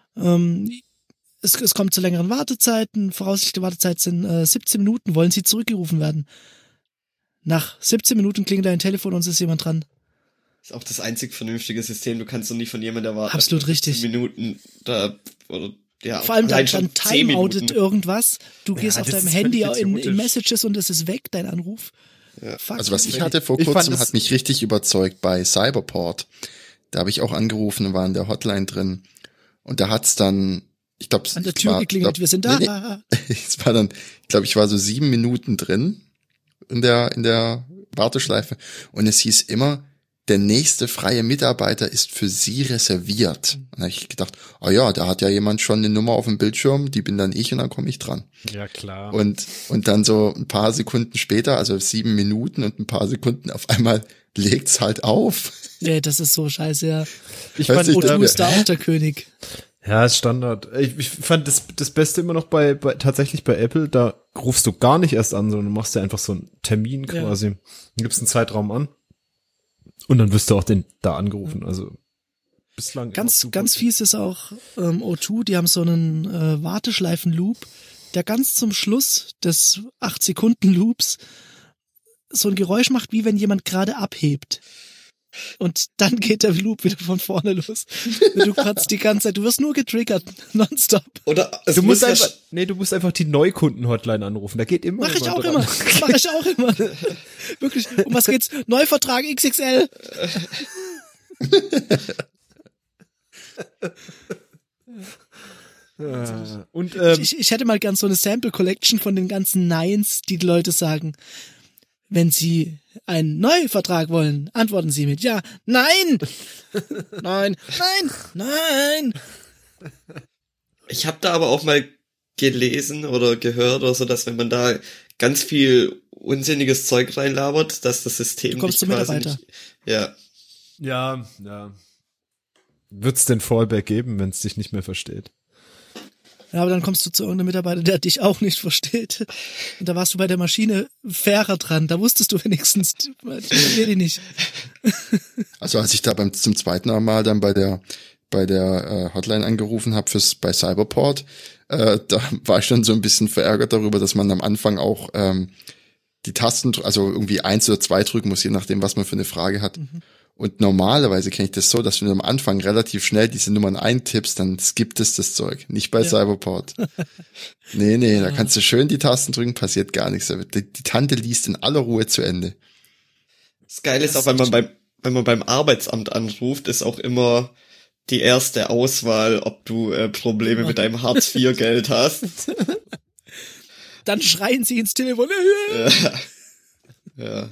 Es kommt zu längeren Wartezeiten, voraussichtliche Wartezeit sind 17 Minuten, wollen sie zurückgerufen werden. Nach 17 Minuten klingelt dein Telefon und es ist jemand dran. Ist auch das einzig vernünftige System. Du kannst doch nicht von jemandem erwarten. Absolut richtig. 10 Minuten da, oder, ja. Vor allem allein dann schon 10 timeoutet Minuten. irgendwas. Du gehst auf das deinem ist Handy völlig in idiotisch. Messages und es ist weg, dein Anruf. Ja. Fuck. Also was ich hatte vor Ich fand kurzem, das- hat mich richtig überzeugt bei Cyberport. Da habe ich auch angerufen und war in der Hotline drin. Und da hat's dann, ich glaube, An der Tür geklingelt, wir sind da. Es war dann, ich glaube, ich war so 7 Minuten drin in der Warteschleife und es hieß immer, der nächste freie Mitarbeiter ist für Sie reserviert. Und da habe ich gedacht, oh ja, da hat ja jemand schon eine Nummer auf dem Bildschirm, die bin dann ich und dann komme ich dran. Ja, klar. Und dann so ein paar Sekunden später, also 7 Minuten und ein paar Sekunden, auf einmal legt's halt auf. Nee, das ist so scheiße, ja. Ich Weiß fand, ich O2 nicht. ist da auch der König. ja, ist Standard. Ich fand das Beste immer noch tatsächlich bei Apple, da rufst du gar nicht erst an, sondern du machst dir einfach so einen Termin Ja. quasi. Dann gibst einen Zeitraum an. Und dann wirst du auch da angerufen. Also bislang immer Ganz super. fies ist auch O2, die haben so einen Warteschleifen-Loop, der ganz zum Schluss des 8-Sekunden-Loops so ein Geräusch macht, wie wenn jemand gerade abhebt. Und dann geht der Loop wieder von vorne los. Du kannst die ganze Zeit, du wirst nur getriggert, nonstop. Oder es Du musst muss einfach, du musst einfach die Neukunden-Hotline anrufen. Da geht immer Mach ich auch dran. immer. Mach ich auch immer. Wirklich. Um was geht's? Neuvertrag XXL. Und Ich hätte mal gern so eine Sample Collection von den ganzen Neins, die Leute sagen. Wenn Sie einen Neuvertrag wollen, antworten Sie mit ja, nein, nein, nein, nein. Ich habe da aber auch mal gelesen oder gehört oder so, dass wenn man da ganz viel unsinniges Zeug reinlabert, dass das System Du kommst dich zum quasi Mitarbeiter. nicht, ja, ja. Wird's den Fallback geben, wenn es dich nicht mehr versteht? Ja, aber dann kommst du zu irgendeinem Mitarbeiter, der dich auch nicht versteht. Und da warst du bei der Maschine fairer dran. Da wusstest du wenigstens, ich verstehe die nicht. Also als ich da zum zweiten Mal dann bei der Hotline angerufen habe bei Cyberport, da war ich dann so ein bisschen verärgert darüber, dass man am Anfang auch die Tasten, also irgendwie 1 oder 2 drücken muss, je nachdem, was man für eine Frage hat. Und normalerweise kenne ich das so, dass wenn du am Anfang relativ schnell diese Nummern eintippst, dann skippt es das Zeug. Nicht bei Cyberport. Nee, da kannst du schön die Tasten drücken, passiert gar nichts. Die Tante liest in aller Ruhe zu Ende. Das Geile ist auch, wenn man beim Arbeitsamt anruft, ist auch immer die erste Auswahl, ob du Probleme mit deinem Hartz-IV-Geld hast. Dann schreien sie ins Telefon. Ja.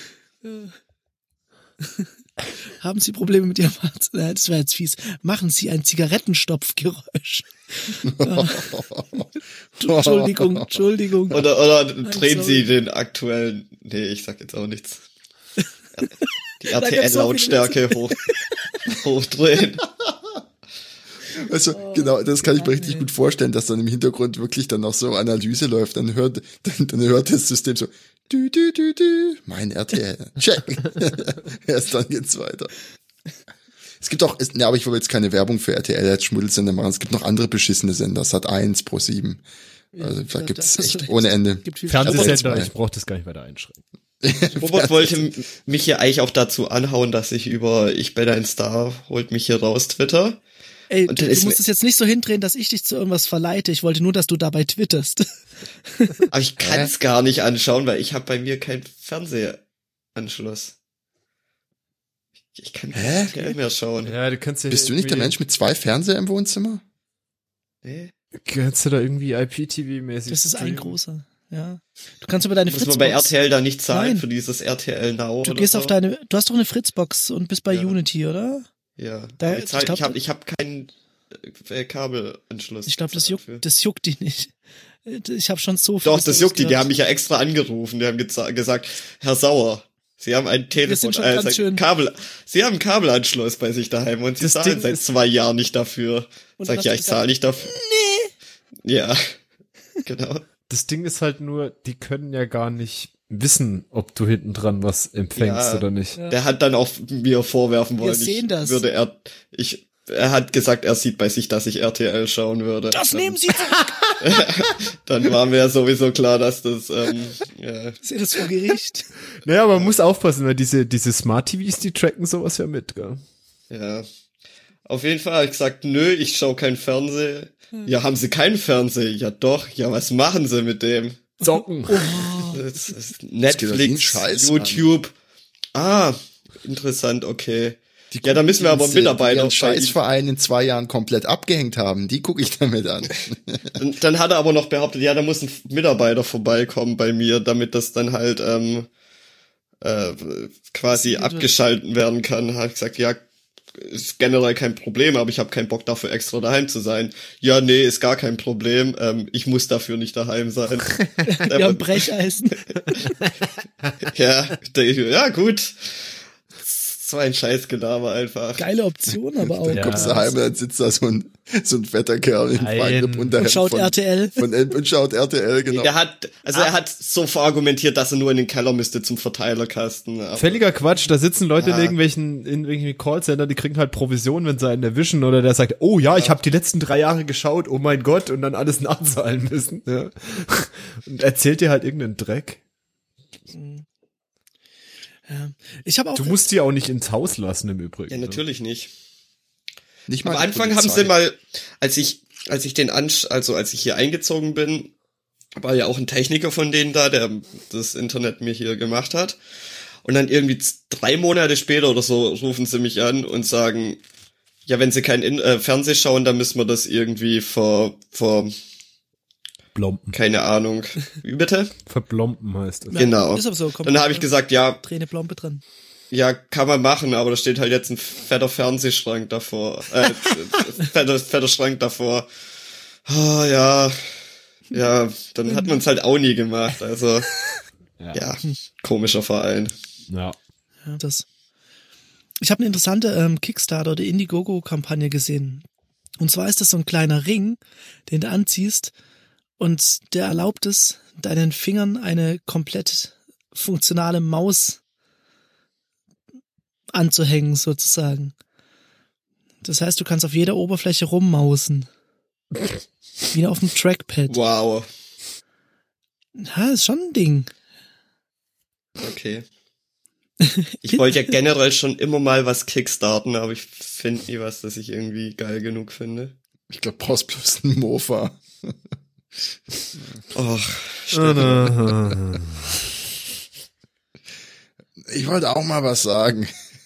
Haben Sie Probleme mit Ihrem Arzt? Das war jetzt fies. Machen Sie ein Zigarettenstopfgeräusch. Entschuldigung. Oder drehen sorry. Sie den aktuellen, nee, ich sag jetzt auch nichts. Die gibt's so RTL-Lautstärke hochdrehen. Also, genau, das kann ich mir richtig gut vorstellen, dass dann im Hintergrund wirklich dann noch so Analyse läuft. Dann hört das System so, mein RTL, check. Erst dann geht's weiter. Es gibt auch, aber ich will jetzt keine Werbung für RTL als Schmuddelsender machen. Es gibt noch andere beschissene Sender, Sat.1, Pro7. Also da gibt's echt ohne Ende. Fernsehsender, ich brauche das gar nicht weiter einschränken. Robert wollte mich hier eigentlich auch dazu anhauen, dass ich bin ein Star, holt mich hier raus, Twitter. Ey, du musst es jetzt nicht so hindrehen, dass ich dich zu irgendwas verleite. Ich wollte nur, dass du dabei twitterst. Aber ich kann es gar nicht anschauen, weil ich habe bei mir keinen Fernsehanschluss. Ich kann nicht mehr schauen. Ja, du kannst ja Bist du nicht der Mensch mit 2 Fernseher im Wohnzimmer? Nee. Kannst du da irgendwie IPTV-mäßig? Das ist ein großer. Ja. Du kannst über deine Muss Fritzbox. man bei RTL da nicht zahlen Nein. für dieses RTL Now? Du oder gehst so? du hast doch eine Fritzbox und bist bei Unity, oder? Ja. Da- Ich hab keinen Kabelanschluss. Ich glaube, dafür. das juckt die nicht. Ich habe schon so viel. Doch, das juckt die. Die haben mich ja extra angerufen. Die haben gesagt, Herr Sauer, Sie haben ein Telefon, sind schon ganz schön- Sie haben einen Kabelanschluss bei sich daheim und Sie Das zahlen Ding seit ist- 2 Jahren nicht dafür. Und Sag dann ja, hast ich du zahle gesagt, nicht dafür. Nee. Ja. Genau. Das Ding ist halt nur, die können ja gar nicht wissen, ob du hinten dran was empfängst Ja. oder nicht. Ja. Der hat dann auch mir vorwerfen Wir wollen, sehen das. er hat gesagt, er sieht bei sich, dass ich RTL schauen würde. Das dann, nehmen Sie. Dann war mir ja sowieso klar, dass das, ja. Seht das vor Gericht. Naja, man muss aufpassen, weil diese Smart TVs, die tracken sowas ja mit, gell? Ja. Auf jeden Fall habe ich gesagt, nö, ich schaue kein Fernsehen. Ja, haben Sie keinen Fernseher? Ja doch. Ja, was machen Sie mit dem? Zocken. Das ist Das geht doch jeden Netflix, Scheiß YouTube. Interessant, okay. Ja, da müssen wir aber Die Mitarbeiter. ihren Scheißverein in 2 Jahren komplett abgehängt haben. Die gucke ich damit an. Dann hat er aber noch behauptet, ja, da muss ein Mitarbeiter vorbeikommen bei mir, damit das dann halt quasi abgeschalten werden kann. Habe ich gesagt, ja, ist generell kein Problem, aber ich habe keinen Bock dafür extra daheim zu sein. Ja, nee, ist gar kein Problem. Ich muss dafür nicht daheim sein. Wir haben Brecheisen. Ja, gut. So ein Scheißgelaber einfach. Geile Option, aber auch. Dann kommst du heim, dann sitzt da so ein fetter Kerl in Nein. Feinripp unterhemd Und schaut RTL. und schaut RTL, genau. Er hat so verargumentiert, dass er nur in den Keller müsste zum Verteilerkasten. Aber Völliger Quatsch, da sitzen Leute in irgendwelchen Callcenter, die kriegen halt Provision, wenn sie einen erwischen, oder der sagt, oh ja, ich habe die letzten 3 Jahre geschaut, oh mein Gott, und dann alles nachzahlen müssen. Ja. Und erzählt dir halt irgendeinen Dreck. Ja. Ich habe auch. Du musst die auch nicht ins Haus lassen im Übrigen. ja, natürlich nicht. Nicht mal Am die Anfang haben Polizei. sie mal, als ich hier eingezogen bin, war ja auch ein Techniker von denen da, der das Internet mir hier gemacht hat. Und dann irgendwie 3 Monate später oder so rufen sie mich an und sagen, ja, wenn sie kein Fernseh schauen, dann müssen wir das irgendwie Blompen. keine Ahnung. Wie bitte? Verblompen heißt es. Ja, Genau. Ist aber so. Kommt Dann habe ich gesagt, ja, Träne Plombe drin. ja, kann man machen, aber da steht halt jetzt ein fetter Fernsehschrank davor. Fetter Schrank davor. Ah, ja. Ja, dann hat man es halt auch nie gemacht. Also, ja, komischer Verein. Ja. Ja, ich habe eine interessante Kickstarter- oder Indiegogo-Kampagne gesehen. Und zwar ist das so ein kleiner Ring, den du anziehst und der erlaubt es, deinen Fingern eine komplett funktionale Maus anzuhängen, sozusagen. Das heißt, du kannst auf jeder Oberfläche rummausen. Wie auf dem Trackpad. Wow. Ja, ist schon ein Ding. Okay. Ich wollte ja generell schon immer mal was kickstarten, aber ich finde nie was, das ich irgendwie geil genug finde. Ich glaube, brauchst bloß einen Mofa. Och, Ich wollte auch mal was sagen.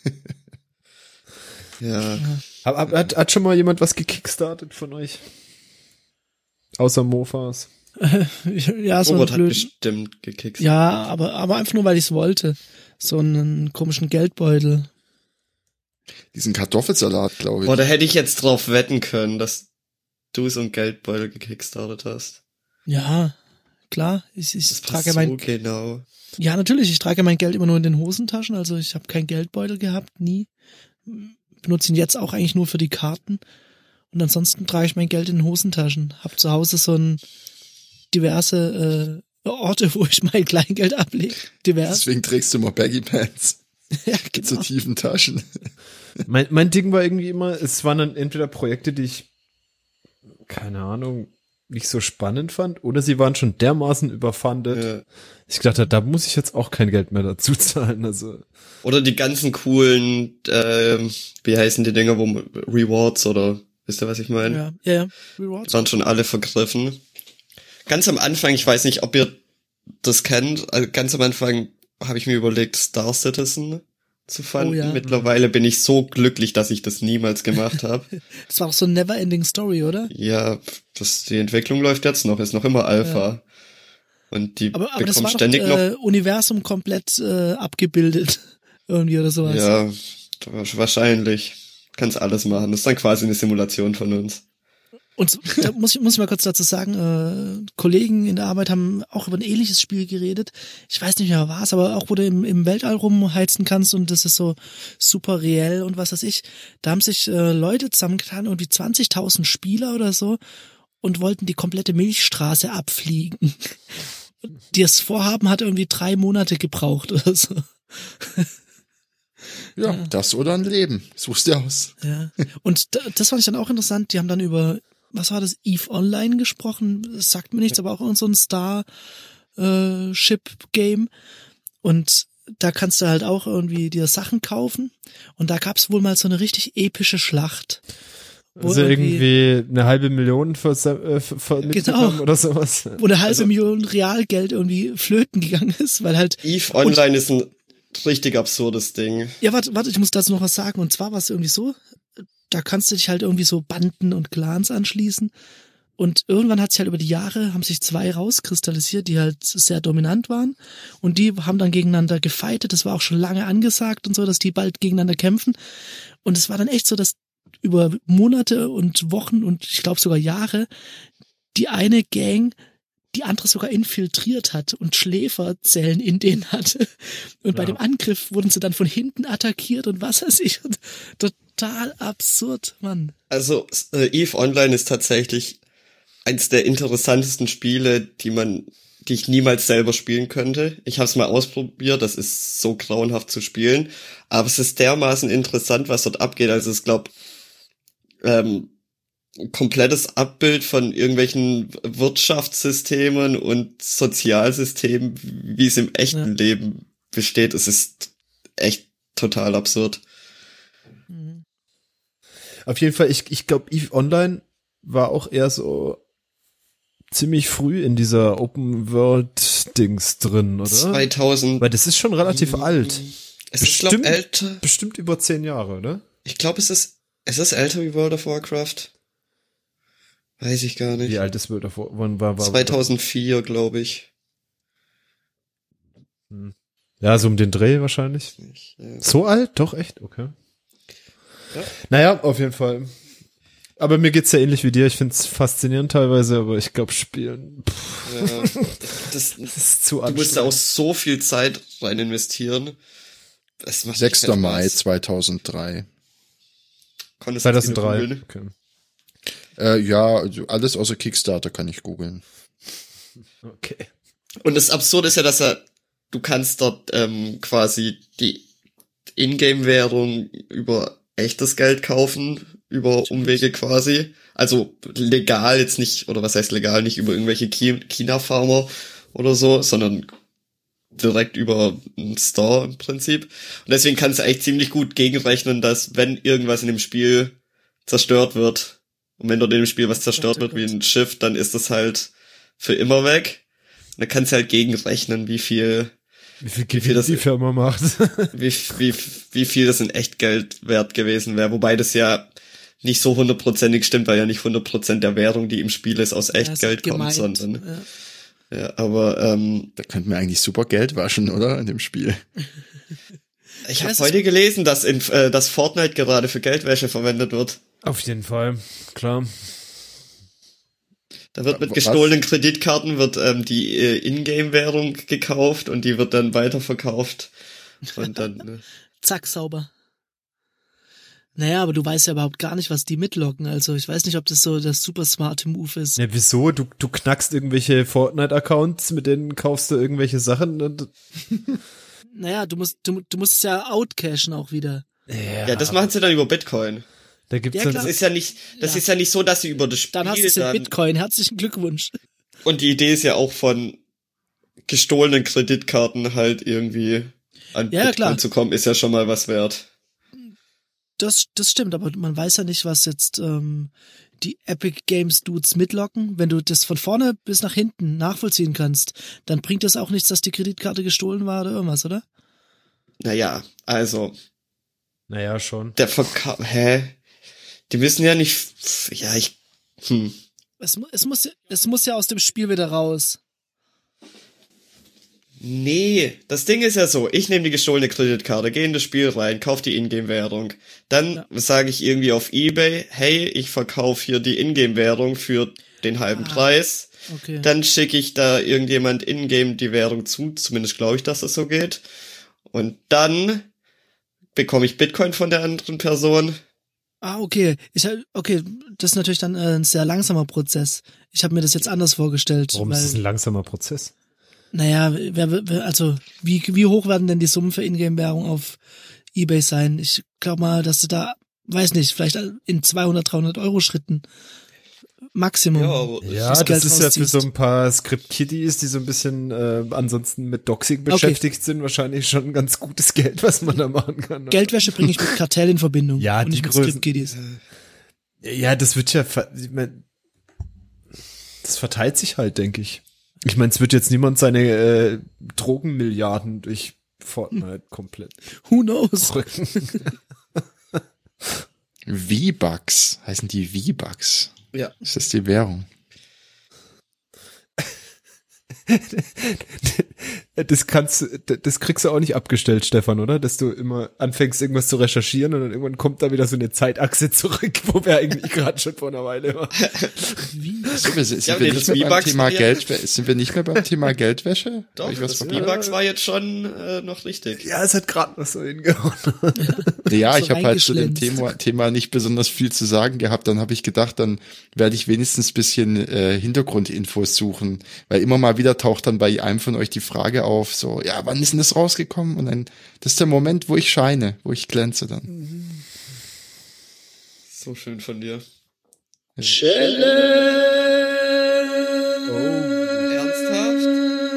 ja. Hat schon mal jemand was gekickstartet von euch? Außer Mofas. Ja, so Robert ein hat blöd. bestimmt gekickstartet. Ja, aber einfach nur, weil ich es wollte. So einen komischen Geldbeutel. Diesen Kartoffelsalat, glaube ich. Boah, da hätte ich jetzt drauf wetten können, dass du so einen Geldbeutel gekickstartet hast. Ja, klar. Ich Das trage passt mein. so genau. Ja, natürlich. Ich trage mein Geld immer nur in den Hosentaschen. Also ich habe keinen Geldbeutel gehabt, nie. Benutze ihn jetzt auch eigentlich nur für die Karten. Und ansonsten trage ich mein Geld in Hosentaschen. Hab zu Hause so ein diverse Orte, wo ich mein Kleingeld ablege. Divers. Deswegen trägst du immer Baggy Pants. Ja, Mit so tiefen Taschen. Mein Ding war irgendwie immer, es waren dann entweder Projekte, die ich, keine Ahnung, nicht so spannend fand, oder sie waren schon dermaßen überfundet. Ja. Ich dachte, da muss ich jetzt auch kein Geld mehr dazu zahlen. Also Oder die ganzen coolen, wie heißen die Dinger, wo Rewards oder, wisst ihr, was ich meine? Ja. Rewards. Waren schon alle vergriffen. Ganz am Anfang, ich weiß nicht, ob ihr das kennt, also ganz am Anfang habe ich mir überlegt, Star Citizen zu fanden. Oh ja. Mittlerweile bin ich so glücklich, dass ich das niemals gemacht habe. Das war auch so eine Never-Ending Story, oder? Ja, die Entwicklung läuft jetzt noch, ist noch immer Alpha. Ja. Und die aber das bekommt war ständig doch, noch. Universum komplett abgebildet. Irgendwie oder sowas. Ja, wahrscheinlich. Kannst alles machen. Das ist dann quasi eine Simulation von uns. Und da muss ich mal kurz dazu sagen, Kollegen in der Arbeit haben auch über ein ähnliches Spiel geredet. Ich weiß nicht mehr was, aber auch wo du im Weltall rumheizen kannst und das ist so super reell und was weiß ich. Da haben sich Leute zusammengetan, irgendwie 20.000 Spieler oder so und wollten die komplette Milchstraße abfliegen. Das Vorhaben hat irgendwie 3 Monate gebraucht oder so. Ja, das oder ein Leben. Suchst dir aus. Ja. Und das fand ich dann auch interessant. Die haben dann über, was war das, EVE Online gesprochen. Das sagt mir nichts, aber auch so ein Starship-Game. Und da kannst du halt auch irgendwie dir Sachen kaufen. Und da gab's wohl mal so eine richtig epische Schlacht. Also irgendwie 500.000 vernichtet genau, haben oder sowas. Wo eine halbe Million Realgeld irgendwie flöten gegangen ist, weil halt. EVE Online ist ein richtig absurdes Ding. Ja, warte, ich muss dazu noch was sagen. Und zwar war es irgendwie so, da kannst du dich halt irgendwie so Banden und Clans anschließen. Und irgendwann hat sich halt über die Jahre, haben sich 2 rauskristallisiert, die halt sehr dominant waren. Und die haben dann gegeneinander gefightet. Das war auch schon lange angesagt und so, dass die bald gegeneinander kämpfen. Und es war dann echt so, dass über Monate und Wochen und ich glaube sogar Jahre die eine Gang die andere sogar infiltriert hat und Schläferzellen in denen hatte. Und bei dem Angriff wurden sie dann von hinten attackiert und was weiß ich. Und total absurd, Mann. Also EVE Online ist tatsächlich eins der interessantesten Spiele, die ich niemals selber spielen könnte. Ich habe es mal ausprobiert, das ist so grauenhaft zu spielen. Aber es ist dermaßen interessant, was dort abgeht. Also ich glaube, komplettes Abbild von irgendwelchen Wirtschaftssystemen und Sozialsystemen, wie es im echten Leben besteht. Es ist echt total absurd. Auf jeden Fall, ich glaube, EVE Online war auch eher so ziemlich früh in dieser Open-World-Dings drin, oder? 2000. Weil das ist schon relativ alt. Es ist, glaube ich, älter. Bestimmt über 10 Jahre, oder? Ich glaube, es ist älter wie World of Warcraft. Weiß ich gar nicht. Wie alt ist World of Warcraft? Wann war 2004, glaube ich. Ja, so um den Dreh wahrscheinlich. Ja. So alt? Doch, echt? Okay. Ja. Naja, auf jeden Fall. Aber mir geht's ja ähnlich wie dir. Ich find's faszinierend teilweise, aber ich glaube, Spielen, Ja, das ist zu anstrengend. Du musst da auch so viel Zeit rein investieren. 6. Mai 2003. 2003. Okay. Ja, also alles außer Kickstarter kann ich googeln. Okay. Und das Absurde ist ja, dass du kannst dort quasi die Ingame-Währung über echtes Geld kaufen, über Umwege quasi. Also legal jetzt nicht, oder was heißt legal, nicht über irgendwelche China-Farmer oder so, sondern direkt über einen Store im Prinzip. Und deswegen kannst du eigentlich ziemlich gut gegenrechnen, dass wenn irgendwas in dem Spiel zerstört wird, und wenn dort in dem Spiel was zerstört wird, wie ein Schiff, dann ist das halt für immer weg. Und dann kannst du halt gegenrechnen, wie viel das die Firma macht. wie viel das in Echtgeld wert gewesen wäre. Wobei das ja nicht so 100%ig stimmt, weil ja nicht 100% der Währung, die im Spiel ist, aus Echtgeld kommt, sondern ja, aber da könnten wir eigentlich super Geld waschen, oder? In dem Spiel. Ich habe heute gelesen, dass Fortnite gerade für Geldwäsche verwendet wird. Auf jeden Fall, klar. Da wird mit gestohlenen Kreditkarten die Ingame-Währung gekauft und die wird dann weiterverkauft. Und dann zack, sauber. Naja, aber du weißt ja überhaupt gar nicht, was die mitlocken. Also ich weiß nicht, ob das so das super smarte Move ist. Ja, wieso? Du knackst irgendwelche Fortnite-Accounts, mit denen kaufst du irgendwelche Sachen und Naja, du musst es ja outcashen auch wieder. Ja, das machen sie dann über Bitcoin. Da gibt's Ja, dann klar. Das ist ja nicht so, dass sie über das Spiel Dann hast du es in Bitcoin. Herzlichen Glückwunsch. Und die Idee ist ja auch von gestohlenen Kreditkarten halt irgendwie an Ja, Bitcoin klar. zu kommen, ist ja schon mal was wert. Das stimmt, aber man weiß ja nicht, was jetzt die Epic Games Dudes mitlocken. Wenn du das von vorne bis nach hinten nachvollziehen kannst, dann bringt das auch nichts, dass die Kreditkarte gestohlen war oder irgendwas, oder? Naja, also, naja, schon. der Verkauf, Die wissen ja nicht, Es muss ja aus dem Spiel wieder raus. Nee, das Ding ist ja so, ich nehme die gestohlene Kreditkarte, gehe in das Spiel rein, kaufe die Ingame-Währung. Dann sage ich irgendwie auf eBay, hey, ich verkaufe hier die Ingame-Währung für den halben Preis. Okay. Dann schicke ich da irgendjemand Ingame die Währung zu, zumindest glaube ich, dass das so geht. Und dann bekomme ich Bitcoin von der anderen Person. Okay. Okay, das ist natürlich dann ein sehr langsamer Prozess. Ich habe mir das jetzt anders vorgestellt. Warum ist das ein langsamer Prozess? Naja, also wie hoch werden denn die Summen für Ingame-Währung auf eBay sein? Ich glaube mal, dass du da, weiß nicht, vielleicht in 200, 300 Euro Schritten Maximum. Ja, das das Geld ist ja für rausziehst. so ein paar Script-Kiddies, die so ein bisschen ansonsten mit Doxing beschäftigt sind, wahrscheinlich schon ein ganz gutes Geld, was man da machen kann. Ne? Geldwäsche bringe ich mit Kartell in Verbindung. Ja, und die nicht mit Größen. Script-Kiddies. Ja, das wird ja, ich mein, das verteilt sich halt, denke ich. Ich meine, es wird jetzt niemand seine Drogenmilliarden durch Fortnite komplett Who knows? drücken. V-Bucks, heißen die V-Bucks? Ja. Ist das die Währung? Das kriegst du auch nicht abgestellt, Stefan, oder? Dass du immer anfängst, irgendwas zu recherchieren und dann irgendwann kommt da wieder so eine Zeitachse zurück, wo wir eigentlich gerade schon vor einer Weile waren. So, sind Ja, wir nee, nicht das mehr beim V-Bucks Thema war ja- Geldwäsche? Sind wir nicht mehr beim Thema Geldwäsche? Doch, Hab ich was das verpasst? V-Bucks war jetzt schon noch richtig. Ja, es hat gerade noch so hingehauen. Ja, So ich habe halt zu dem reingeschlänzt. Thema nicht besonders viel zu sagen gehabt. Dann habe ich gedacht, dann werde ich wenigstens bisschen Hintergrundinfos suchen. Weil immer mal wieder taucht dann bei einem von euch die Frage auf, so, ja, wann ist denn das rausgekommen? Und dann, das ist der Moment, wo ich scheine, wo ich glänze dann. So schön von dir. Ernsthaft?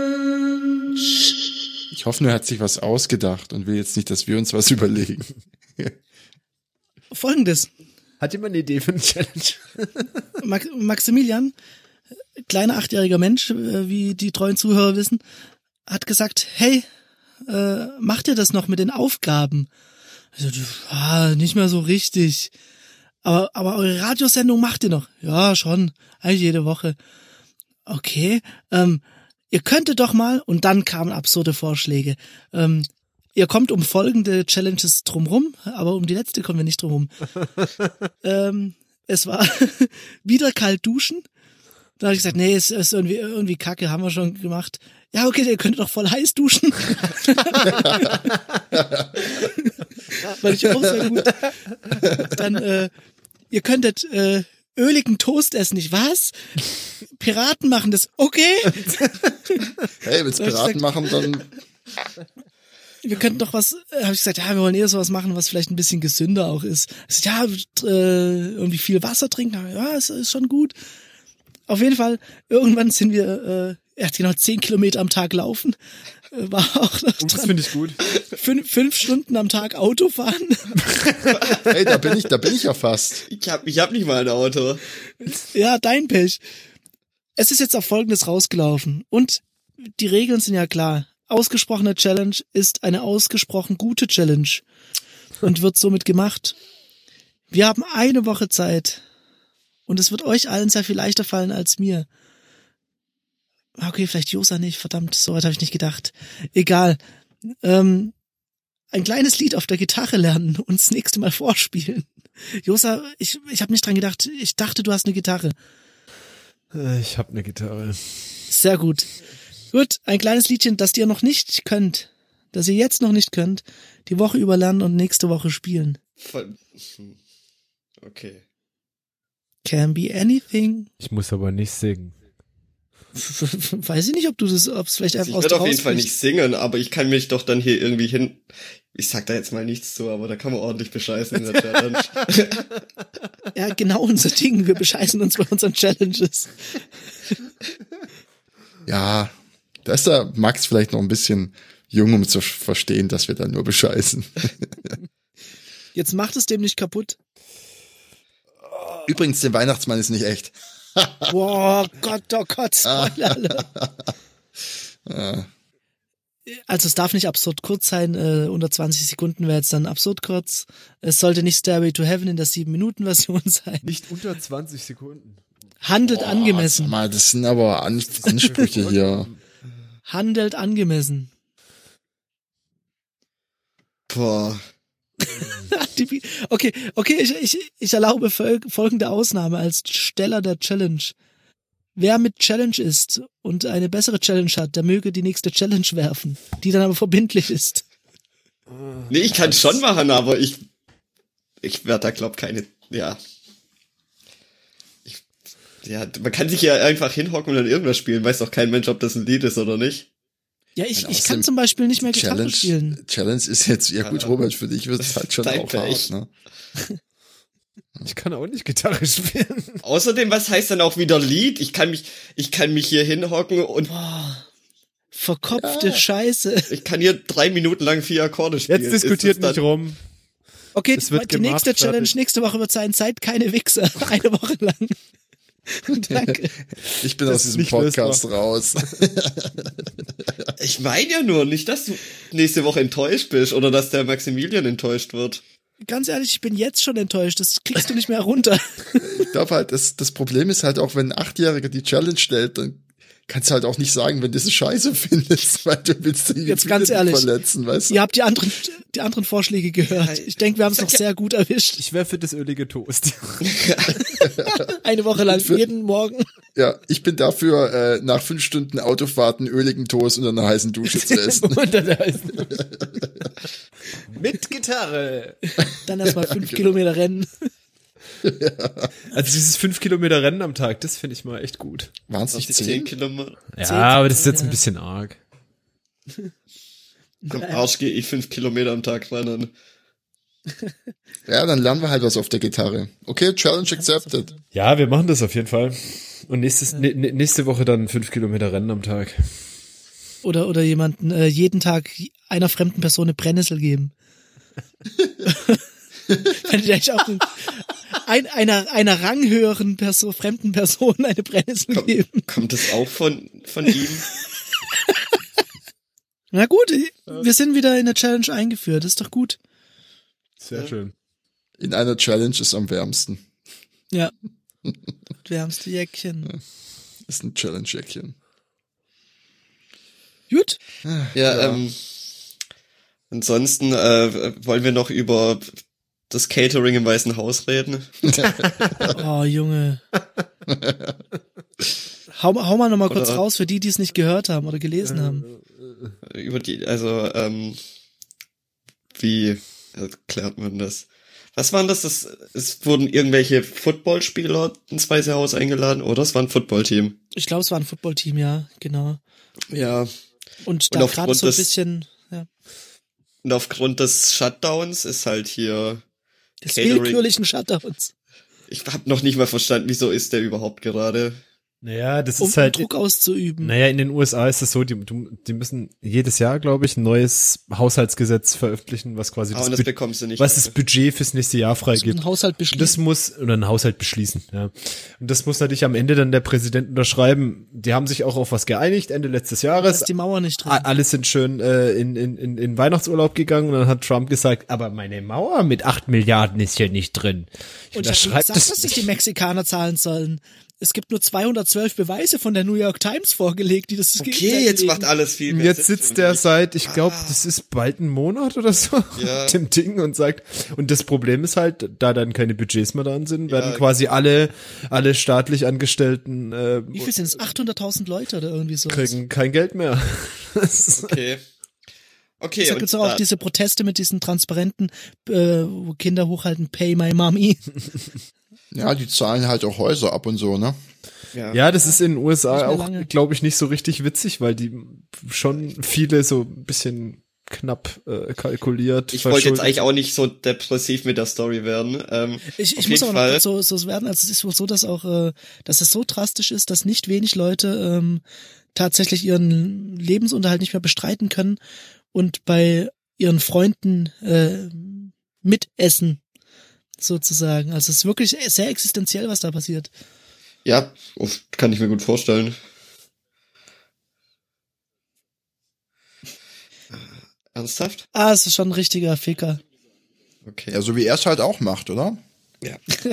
Ich hoffe, nur er hat sich was ausgedacht und will jetzt nicht, dass wir uns was überlegen. Folgendes. Hat jemand eine Idee für eine Challenge? Maximilian, kleiner 8-jähriger Mensch, wie die treuen Zuhörer wissen, hat gesagt, hey, macht ihr das noch mit den Aufgaben? Also, nicht mehr so richtig. Aber eure Radiosendung macht ihr noch? Ja, schon. Eigentlich jede Woche. Okay. Ihr könntet doch mal, und dann kamen absurde Vorschläge. Ihr kommt um folgende Challenges drumrum, aber um die letzte kommen wir nicht drumrum. Es war wieder kalt duschen. Da habe ich gesagt, nee, es ist irgendwie kacke, haben wir schon gemacht. Ja, okay, ihr könnt doch voll heiß duschen. Weil ich auch sehr gut. Dann, ihr könntet öligen Toast essen, nicht was? Piraten machen das, okay? Hey, wenn's Piraten machen, dann Wir könnten doch was, habe ich gesagt, ja, wir wollen eher sowas machen, was vielleicht ein bisschen gesünder auch ist. Ich sag, ja, irgendwie viel Wasser trinken, ja, ist schon gut. Auf jeden Fall, irgendwann sind wir, 10 Kilometer am Tag laufen. War auch noch Das dran. finde ich gut. 5 Stunden am Tag Auto fahren. hey, da bin ich ja fast. Ich hab nicht mal ein Auto. Ja, dein Pech. Es ist jetzt auf Folgendes rausgelaufen. Und die Regeln sind ja klar. Ausgesprochene Challenge ist eine ausgesprochen gute Challenge. Und wird somit gemacht. Wir haben eine Woche Zeit. Und es wird euch allen sehr viel leichter fallen als mir. Okay, vielleicht Josa nicht. Verdammt, so weit habe ich nicht gedacht. Egal. Ein kleines Lied auf der Gitarre lernen und das nächste Mal vorspielen. Josa, ich habe nicht dran gedacht. Ich dachte, du hast eine Gitarre. Ich habe eine Gitarre. Sehr gut. Gut, ein kleines Liedchen, das ihr noch nicht könnt, das ihr jetzt noch nicht könnt, die Woche über lernen und nächste Woche spielen. Okay. Can be anything. Ich muss aber nicht singen. Weiß ich nicht, ob es vielleicht Also einfach ich aus werde dir auf jeden Fall rausbricht. nicht singen, aber ich kann mich doch dann hier irgendwie hin. Ich sag da jetzt mal nichts zu, aber da kann man ordentlich bescheißen in der Challenge. Ja, genau unser Ding. Wir bescheißen uns bei unseren Challenges. Ja, da ist der Max vielleicht noch ein bisschen jung, um zu verstehen, dass wir da nur bescheißen. Jetzt macht es dem nicht kaputt. Übrigens, der Weihnachtsmann ist nicht echt. Boah, Gott, oh Gott, Spoiler. Also es darf nicht absurd kurz sein, unter 20 Sekunden wäre jetzt dann absurd kurz. Es sollte nicht Stairway to Heaven in der 7-Minuten-Version sein. Nicht unter 20 Sekunden. Handelt Sag angemessen. mal, das sind aber Ansprüche hier. Handelt angemessen. Boah. Okay, ich erlaube folgende Ausnahme als Steller der Challenge. Wer mit Challenge ist und eine bessere Challenge hat, der möge die nächste Challenge werfen, die dann aber verbindlich ist. Nee, ich kann schon machen, aber ich werde da glaub keine, ja. Man kann sich ja einfach hinhocken und dann irgendwas spielen. Weiß doch kein Mensch, ob das ein Lied ist oder nicht. Ja, ich kann zum Beispiel nicht mehr Gitarre spielen. Challenge ist jetzt, ja gut, Robert, für dich wird es halt schon Dein auch Pech. hart, ne? Ich kann auch nicht Gitarre spielen. Außerdem, was heißt dann auch wieder Lied? Ich kann mich hier hinhocken und Verkopfte Scheiße. ich kann hier 3 Minuten lang 4 Akkorde spielen. Jetzt diskutiert nicht rum. Okay, Es wird die gemacht, nächste Challenge fertig. nächste Woche wird sein, seid keine Wichser. Eine Woche lang. Danke. Ich bin Das aus ist diesem nicht Podcast raus. Ich meine ja nur nicht, dass du nächste Woche enttäuscht bist oder dass der Maximilian enttäuscht wird. Ganz ehrlich, ich bin jetzt schon enttäuscht. Das kriegst du nicht mehr runter. Ich glaube halt, das Problem ist halt auch, wenn ein 8-Jähriger die Challenge stellt, dann kannst du halt auch nicht sagen, wenn du es scheiße findest, weil du willst die Jetzt ganz Gefühle ehrlich. verletzen, weißt du? Ihr habt die anderen Vorschläge gehört. Ich denke, wir haben es noch sehr gut erwischt. Ich wäre für das ölige Toast. Eine Woche lang, jeden Morgen. Ja, ich bin dafür, nach 5 Stunden Autofahrten öligen Toast unter einer heißen Dusche zu essen. Mit Gitarre. Dann erstmal 5 Kilometer rennen. Also dieses 5 Kilometer Rennen am Tag, das finde ich mal echt gut. Waren es Auf nicht die 10? 10 Kilometer. Ja, 10, aber das ist jetzt ja. ein bisschen arg. Am Arsch gehe ich 5 Kilometer am Tag rennen. Ja, dann lernen wir halt was auf der Gitarre. Okay, Challenge accepted. Ja, wir machen das auf jeden Fall. Und nächste Woche dann 5 Kilometer Rennen am Tag. Oder jemanden jeden Tag einer fremden Person eine Brennnessel geben. Fände ich eigentlich auch einer ranghöheren Person, fremden Person eine Brennnessel geben. Kommt das auch von ihm? Na gut, wir sind wieder in der Challenge eingeführt. Das ist doch gut. Sehr schön. In einer Challenge ist am wärmsten. Ja. Wärmste Jäckchen. Ist ein Challenge-Jäckchen. Gut. Ja, ansonsten wollen wir noch über das Catering im Weißen Haus reden. Oh, Junge. Hau mal noch mal kurz Oder- raus für die es nicht gehört haben oder gelesen haben. Über die, also, wie erklärt man das? Was waren das? Es wurden irgendwelche Footballspieler ins Weiße Haus eingeladen, oder? Es war ein Footballteam. Ich glaube, es war ein Footballteam, ja, genau. Ja. Und da gerade aufgrund so ein des- bisschen, ja, Und aufgrund des Shutdowns ist halt hier des Catering. willkürlichen Shutdowns. Ich habe noch nicht mal verstanden, wieso ist der überhaupt gerade. Naja, das Um ist halt. Druck auszuüben. Naja, in den USA ist es so, die müssen jedes Jahr, glaube ich, ein neues Haushaltsgesetz veröffentlichen, was quasi Und das bekommst du nicht. was das Budget fürs nächste Jahr freigibt. Ein Haushalt beschließen. Das muss, oder einen Haushalt beschließen, ja. Und das muss natürlich am Ende dann der Präsident unterschreiben. Die haben sich auch auf was geeinigt, Ende letztes Da Jahres. ist die Mauer nicht drin. Alle sind schön in Weihnachtsurlaub gegangen und dann hat Trump gesagt, aber meine Mauer mit 8 Milliarden ist hier nicht drin. Und ich habe gesagt, dass sich die Mexikaner zahlen sollen. Es gibt nur 212 Beweise von der New York Times vorgelegt, die das Okay, jetzt macht alles viel Und mehr jetzt Sinn sitzt für der mich. seit, ich glaube, das ist bald ein Monat oder so, Ja. mit dem Ding und sagt, und das Problem ist halt, da dann keine Budgets mehr dran sind, werden Ja. quasi alle staatlich Angestellten Wie viel sind es? 800.000 Leute oder irgendwie so? kriegen kein Geld mehr. Okay. Okay, Da und gibt's auch diese Proteste mit diesen Transparenten, wo Kinder hochhalten, pay my mommy. Ja, die zahlen halt auch Häuser ab und so, ne? Ja, das ist in den Nicht USA mehr auch, lange. glaube ich, nicht so richtig witzig, weil die schon viele so ein bisschen knapp kalkuliert. Ich wollte jetzt verschuldet. eigentlich auch nicht so depressiv mit der Story werden. Ich auf muss jeden aber Fall. noch so werden, also es ist wohl so, dass auch, dass es so drastisch ist, dass nicht wenig Leute tatsächlich ihren Lebensunterhalt nicht mehr bestreiten können und bei ihren Freunden mitessen, sozusagen. Also es ist wirklich sehr existenziell, was da passiert. Ja, kann ich mir gut vorstellen. Ernsthaft? Es ist schon ein richtiger Ficker. Okay. Ja, so wie er es halt auch macht, oder? Ja.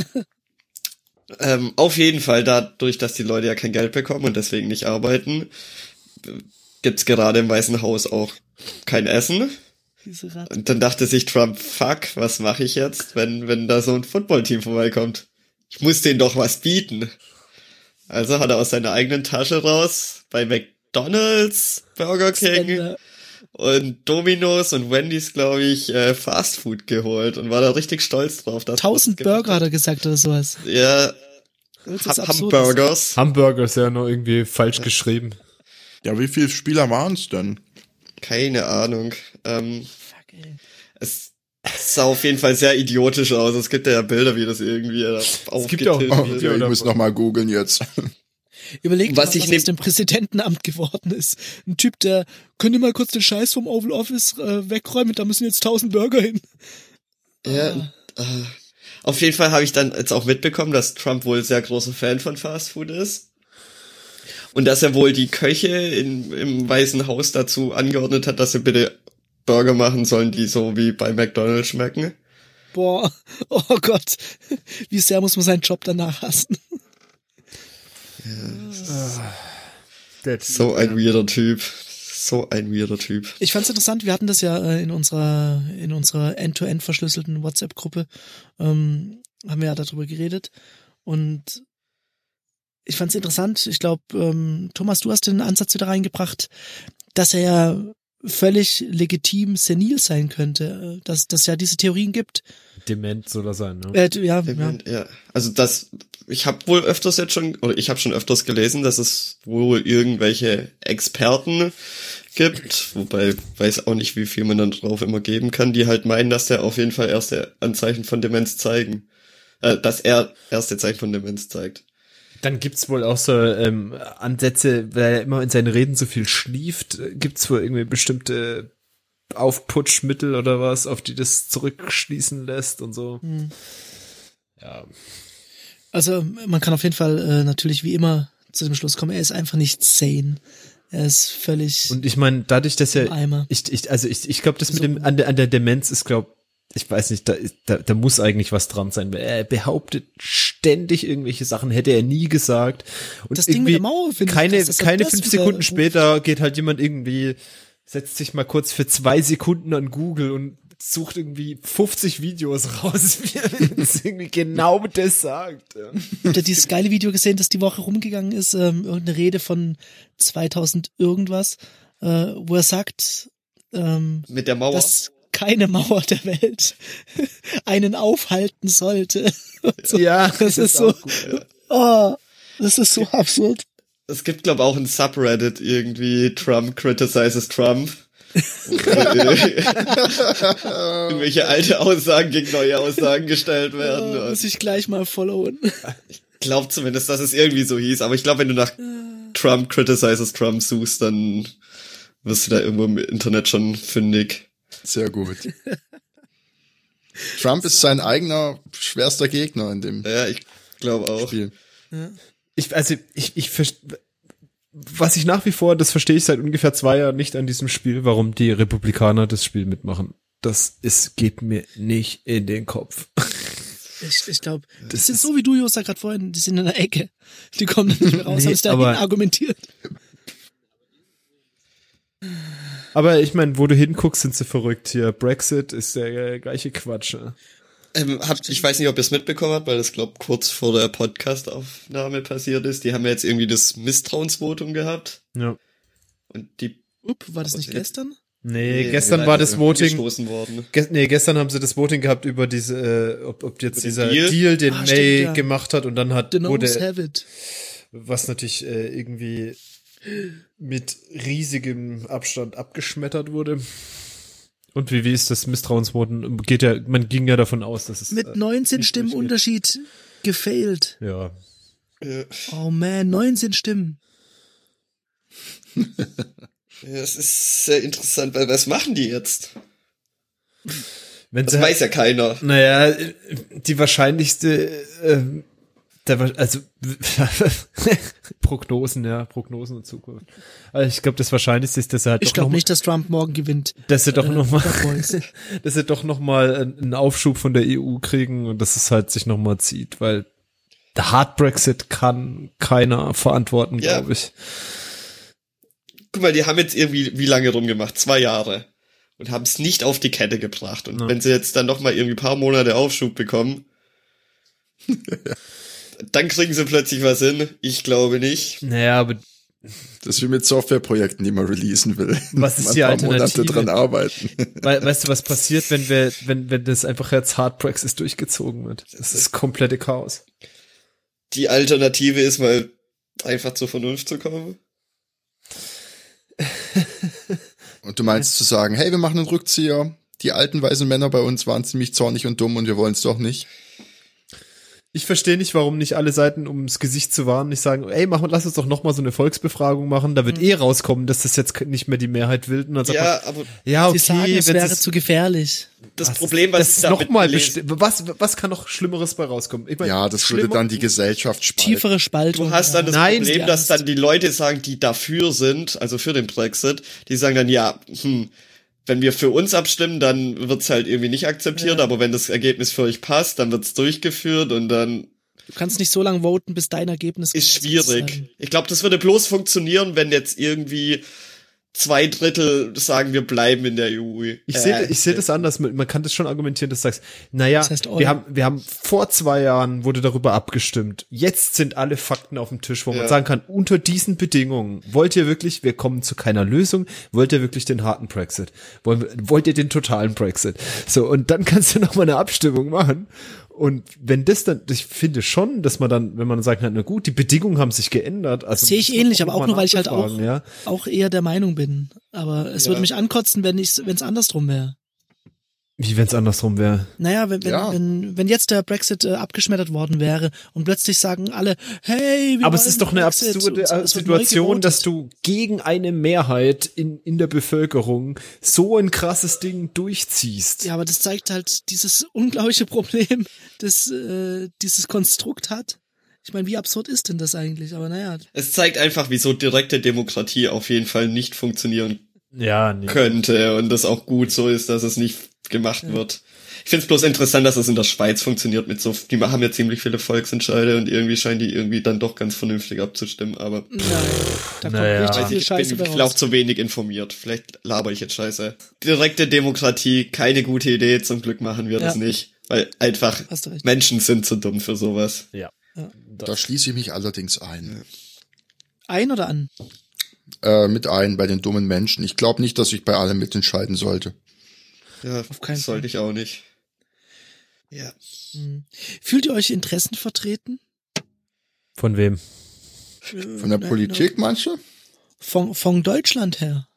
Auf jeden Fall, dadurch, dass die Leute ja kein Geld bekommen und deswegen nicht arbeiten, gibt's gerade im Weißen Haus auch kein Essen. Diese Ratte. Und dann dachte sich Trump, fuck, was mache ich jetzt, wenn da so ein Footballteam vorbeikommt? Ich muss denen doch was bieten. Also hat er aus seiner eigenen Tasche raus bei McDonald's, Burger King und Domino's und Wendy's, glaube ich, Fast Food geholt und war da richtig stolz drauf. Dass 1000 Burger hat er gesagt oder sowas. Ja, Das ist absurd. Hamburgers. Hamburger ist ja noch irgendwie falsch geschrieben. Ja, wie viele Spieler waren es denn? Keine Ahnung. Fuck, ey. Es sah auf jeden Fall sehr idiotisch aus. Es gibt ja Bilder, wie das irgendwie gibt ja auch aufgetilgt ein wird. Video. Ich muss noch mal googeln jetzt. Überlegt Was mal, ich was nehm- aus dem Präsidentenamt geworden ist. Ein Typ, der, könnt ihr mal kurz den Scheiß vom Oval Office wegräumen, da müssen jetzt 1000 Burger hin. Ja, auf jeden Fall habe ich dann jetzt auch mitbekommen, dass Trump wohl sehr großer Fan von Fast Food ist. Und dass er wohl die Köche im Weißen Haus dazu angeordnet hat, dass sie bitte Burger machen sollen, die so wie bei McDonald's schmecken. Boah, oh Gott, wie sehr muss man seinen Job danach hassen. So ein weirder Typ. So ein weirder Typ. Ich fand's interessant, wir hatten das ja in unserer end-to-end verschlüsselten WhatsApp-Gruppe, haben wir ja darüber geredet und ich fand's interessant, ich glaube, Thomas, du hast den Ansatz wieder reingebracht, dass er ja völlig legitim senil sein könnte, dass ja diese Theorien gibt. Dement soll er sein, ne? Ja. Ja, also ich habe wohl öfters jetzt schon, oder ich habe schon öfters gelesen, dass es wohl irgendwelche Experten gibt, wobei weiß auch nicht, wie viel man dann drauf immer geben kann, die halt meinen, dass der auf jeden Fall erste Anzeichen von Demenz zeigen. Dass er erste Zeichen von Demenz zeigt. Dann gibt's wohl auch so Ansätze, weil er immer in seinen Reden so viel schlieft, gibt's wohl irgendwie bestimmte Aufputschmittel oder was, auf die das zurückschließen lässt und so. Ja. Also man kann auf jeden Fall natürlich wie immer zu dem Schluss kommen, er ist einfach nicht sane. Er ist völlig Und ich meine, dadurch, dass im er, Eimer. ich glaube, das mit dem an der Demenz ist, ich weiß nicht, da muss eigentlich was dran sein, weil er behauptet ständig irgendwelche Sachen, hätte er nie gesagt. Und Das Ding mit irgendwie der Mauer finde ich keine krass, dass er das 5 wieder Sekunden ruft. später geht halt jemand irgendwie, setzt sich mal kurz für 2 Sekunden an Google und sucht irgendwie 50 Videos raus, wie er jetzt irgendwie genau das sagt. Ja. Habt ihr dieses geile Video gesehen, das die Woche rumgegangen ist? Irgendeine Rede von 2000 irgendwas, wo er sagt, Mit der Mauer. dass keine Mauer der Welt einen aufhalten sollte. So, Ja, das ist so, auch gut, ja. oh, das ist so absurd. Es gibt, glaube ich, auch ein Subreddit irgendwie, Trump criticizes Trump. Irgendwelche alte Aussagen gegen neue Aussagen gestellt werden. Muss ich gleich mal followen. Ich glaube zumindest, dass es irgendwie so hieß. Aber ich glaube, wenn du nach Trump criticizes Trump suchst, dann wirst du da irgendwo im Internet schon fündig. Sehr gut. Trump ist sein eigener schwerster Gegner in dem Ja, ich glaube auch. Spiel. Was ich nach wie vor, das verstehe ich seit ungefähr 2 Jahren nicht an diesem Spiel, warum die Republikaner das Spiel mitmachen. Geht mir nicht in den Kopf. Ich glaube, das sind so wie du, Josa, gerade vorhin, die sind in der Ecke. Die kommen da nicht mehr raus, Nee, haben es dahin aber- argumentiert. Aber ich meine, wo du hinguckst, sind sie verrückt hier. Brexit ist der gleiche Quatsch. Ne? Ich weiß nicht, ob ihr es mitbekommen habt, weil das, glaube kurz vor der Podcast-Aufnahme passiert ist. Die haben ja jetzt irgendwie das Misstrauensvotum gehabt. Ja. Und die War das nicht gestern? Nee, gestern war das Voting. Gestoßen worden. Gestern haben sie das Voting gehabt über diese, ob jetzt dieser Deal? Deal, den May stimmt, ja. gemacht hat und dann hat, The Gnomes wurde, have it. was natürlich irgendwie mit riesigem Abstand abgeschmettert wurde. Und wie ist das Misstrauensvoten? Man ging ja davon aus, dass es Mit 19 nicht Stimmen durchgeht. Unterschied gefailt. Ja. Oh man, 19 Stimmen. Ja, es ist sehr interessant, weil was machen die jetzt? Wenn Das weiß ja keiner. Naja, die wahrscheinlichste, also Prognosen und Zukunft. Also ich glaube, das Wahrscheinlichste ist, dass er halt Ich doch glaube noch nicht, dass Trump morgen gewinnt. dass sie doch noch mal, Bad Boys. dass sie doch noch mal einen Aufschub von der EU kriegen und dass es halt sich noch mal zieht, weil der Hard Brexit kann keiner verantworten, Ja. glaube ich. Guck mal, die haben jetzt irgendwie wie lange rumgemacht? 2 Jahre. Und haben es nicht auf die Kette gebracht. Und Ja. wenn sie jetzt dann noch mal irgendwie ein paar Monate Aufschub bekommen, dann kriegen sie plötzlich was hin. Ich glaube nicht. Naja, aber Das ist wie mit Softwareprojekten, die man releasen will. Was ist Man die ein paar Monate Alternative? dran arbeiten. weißt du, was passiert, wenn das einfach jetzt Hard Brexit durchgezogen wird? Das ist komplette Chaos. Die Alternative ist mal einfach zur Vernunft zu kommen. Und du meinst zu sagen, hey, wir machen einen Rückzieher. Die alten weißen Männer bei uns waren ziemlich zornig und dumm und wir wollen es doch nicht. Ich verstehe nicht, warum nicht alle Seiten, um das Gesicht zu wahren, nicht sagen, ey, lass uns doch noch mal so eine Volksbefragung machen. Da wird rauskommen, dass das jetzt nicht mehr die Mehrheit will. Und dann sagt Ja, aber man, ja, okay, Sie sagen, es wenn wäre es zu gefährlich. das Problem, was das ich ist noch damit mal lese, was kann noch Schlimmeres bei rauskommen? Ich mein, Ja, das würde dann die Gesellschaft spalten. Tiefere Spaltung. du hast dann das Nein, Problem, die dass Angst. dann die Leute sagen, die dafür sind, also für den Brexit, die sagen dann, ja, wenn wir für uns abstimmen, dann wird's halt irgendwie nicht akzeptiert, aber wenn das Ergebnis für euch passt, dann wird's durchgeführt und dann Du kannst nicht so lange voten, bis dein Ergebnis ist kommt, sozusagen. schwierig. Ich glaube, das würde bloß funktionieren, wenn jetzt irgendwie 2/3 sagen, wir bleiben in der EU. Ich sehe das anders. Man kann das schon argumentieren, dass du sagst, naja, Das heißt, wir haben vor 2 Jahren wurde darüber abgestimmt. Jetzt sind alle Fakten auf dem Tisch, wo man sagen kann, unter diesen Bedingungen, wollt ihr wirklich, wir kommen zu keiner Lösung, wollt ihr wirklich den harten Brexit? Wollt ihr den totalen Brexit? So, und dann kannst du noch mal eine Abstimmung machen. Und wenn das dann, ich finde schon, dass man dann, wenn man sagt, na gut, die Bedingungen haben sich geändert. Also Sehe ich ähnlich, aber auch nur, weil ich halt nachzufragen, auch eher der Meinung bin. Aber es würde mich ankotzen, wenn es andersrum wäre. Wie wenn es andersrum wäre. Naja, Ja. wenn jetzt der Brexit abgeschmettert worden wäre und plötzlich sagen alle, hey, wir Aber es wollen ist doch eine Brexit absurde und so, es wird neu Situation, gewotet. dass du gegen eine Mehrheit in der Bevölkerung so ein krasses Ding durchziehst. Ja, aber das zeigt halt dieses unglaubliche Problem, das dieses Konstrukt hat. Ich meine, wie absurd ist denn das eigentlich? Aber naja. Es zeigt einfach, wieso direkte Demokratie auf jeden Fall nicht funktionieren Ja, nee. könnte und das auch gut so ist, dass es nicht gemacht wird. Ich finde es bloß interessant, dass es in der Schweiz funktioniert mit so, die haben ja ziemlich viele Volksentscheide und irgendwie scheinen die irgendwie dann doch ganz vernünftig abzustimmen, aber Nein, da kommt Naja. richtig weiß viel ich, ich Scheiße bin bei vielleicht auch raus. zu wenig informiert. Vielleicht laber ich jetzt Scheiße. Direkte Demokratie, keine gute Idee, zum Glück machen wir das Ja. nicht, weil einfach Hast du recht. Menschen sind zu dumm für sowas. Ja. Da schließe ich mich allerdings ein. Ein oder an? Mit ein bei den dummen Menschen. Ich glaube nicht, dass ich bei allem mitentscheiden sollte. Ja, Auf keinen sollte Fall. ich auch nicht. Ja. Fühlt ihr euch Interessen vertreten? Von wem? Von der Politik, meinst du? Von Deutschland her.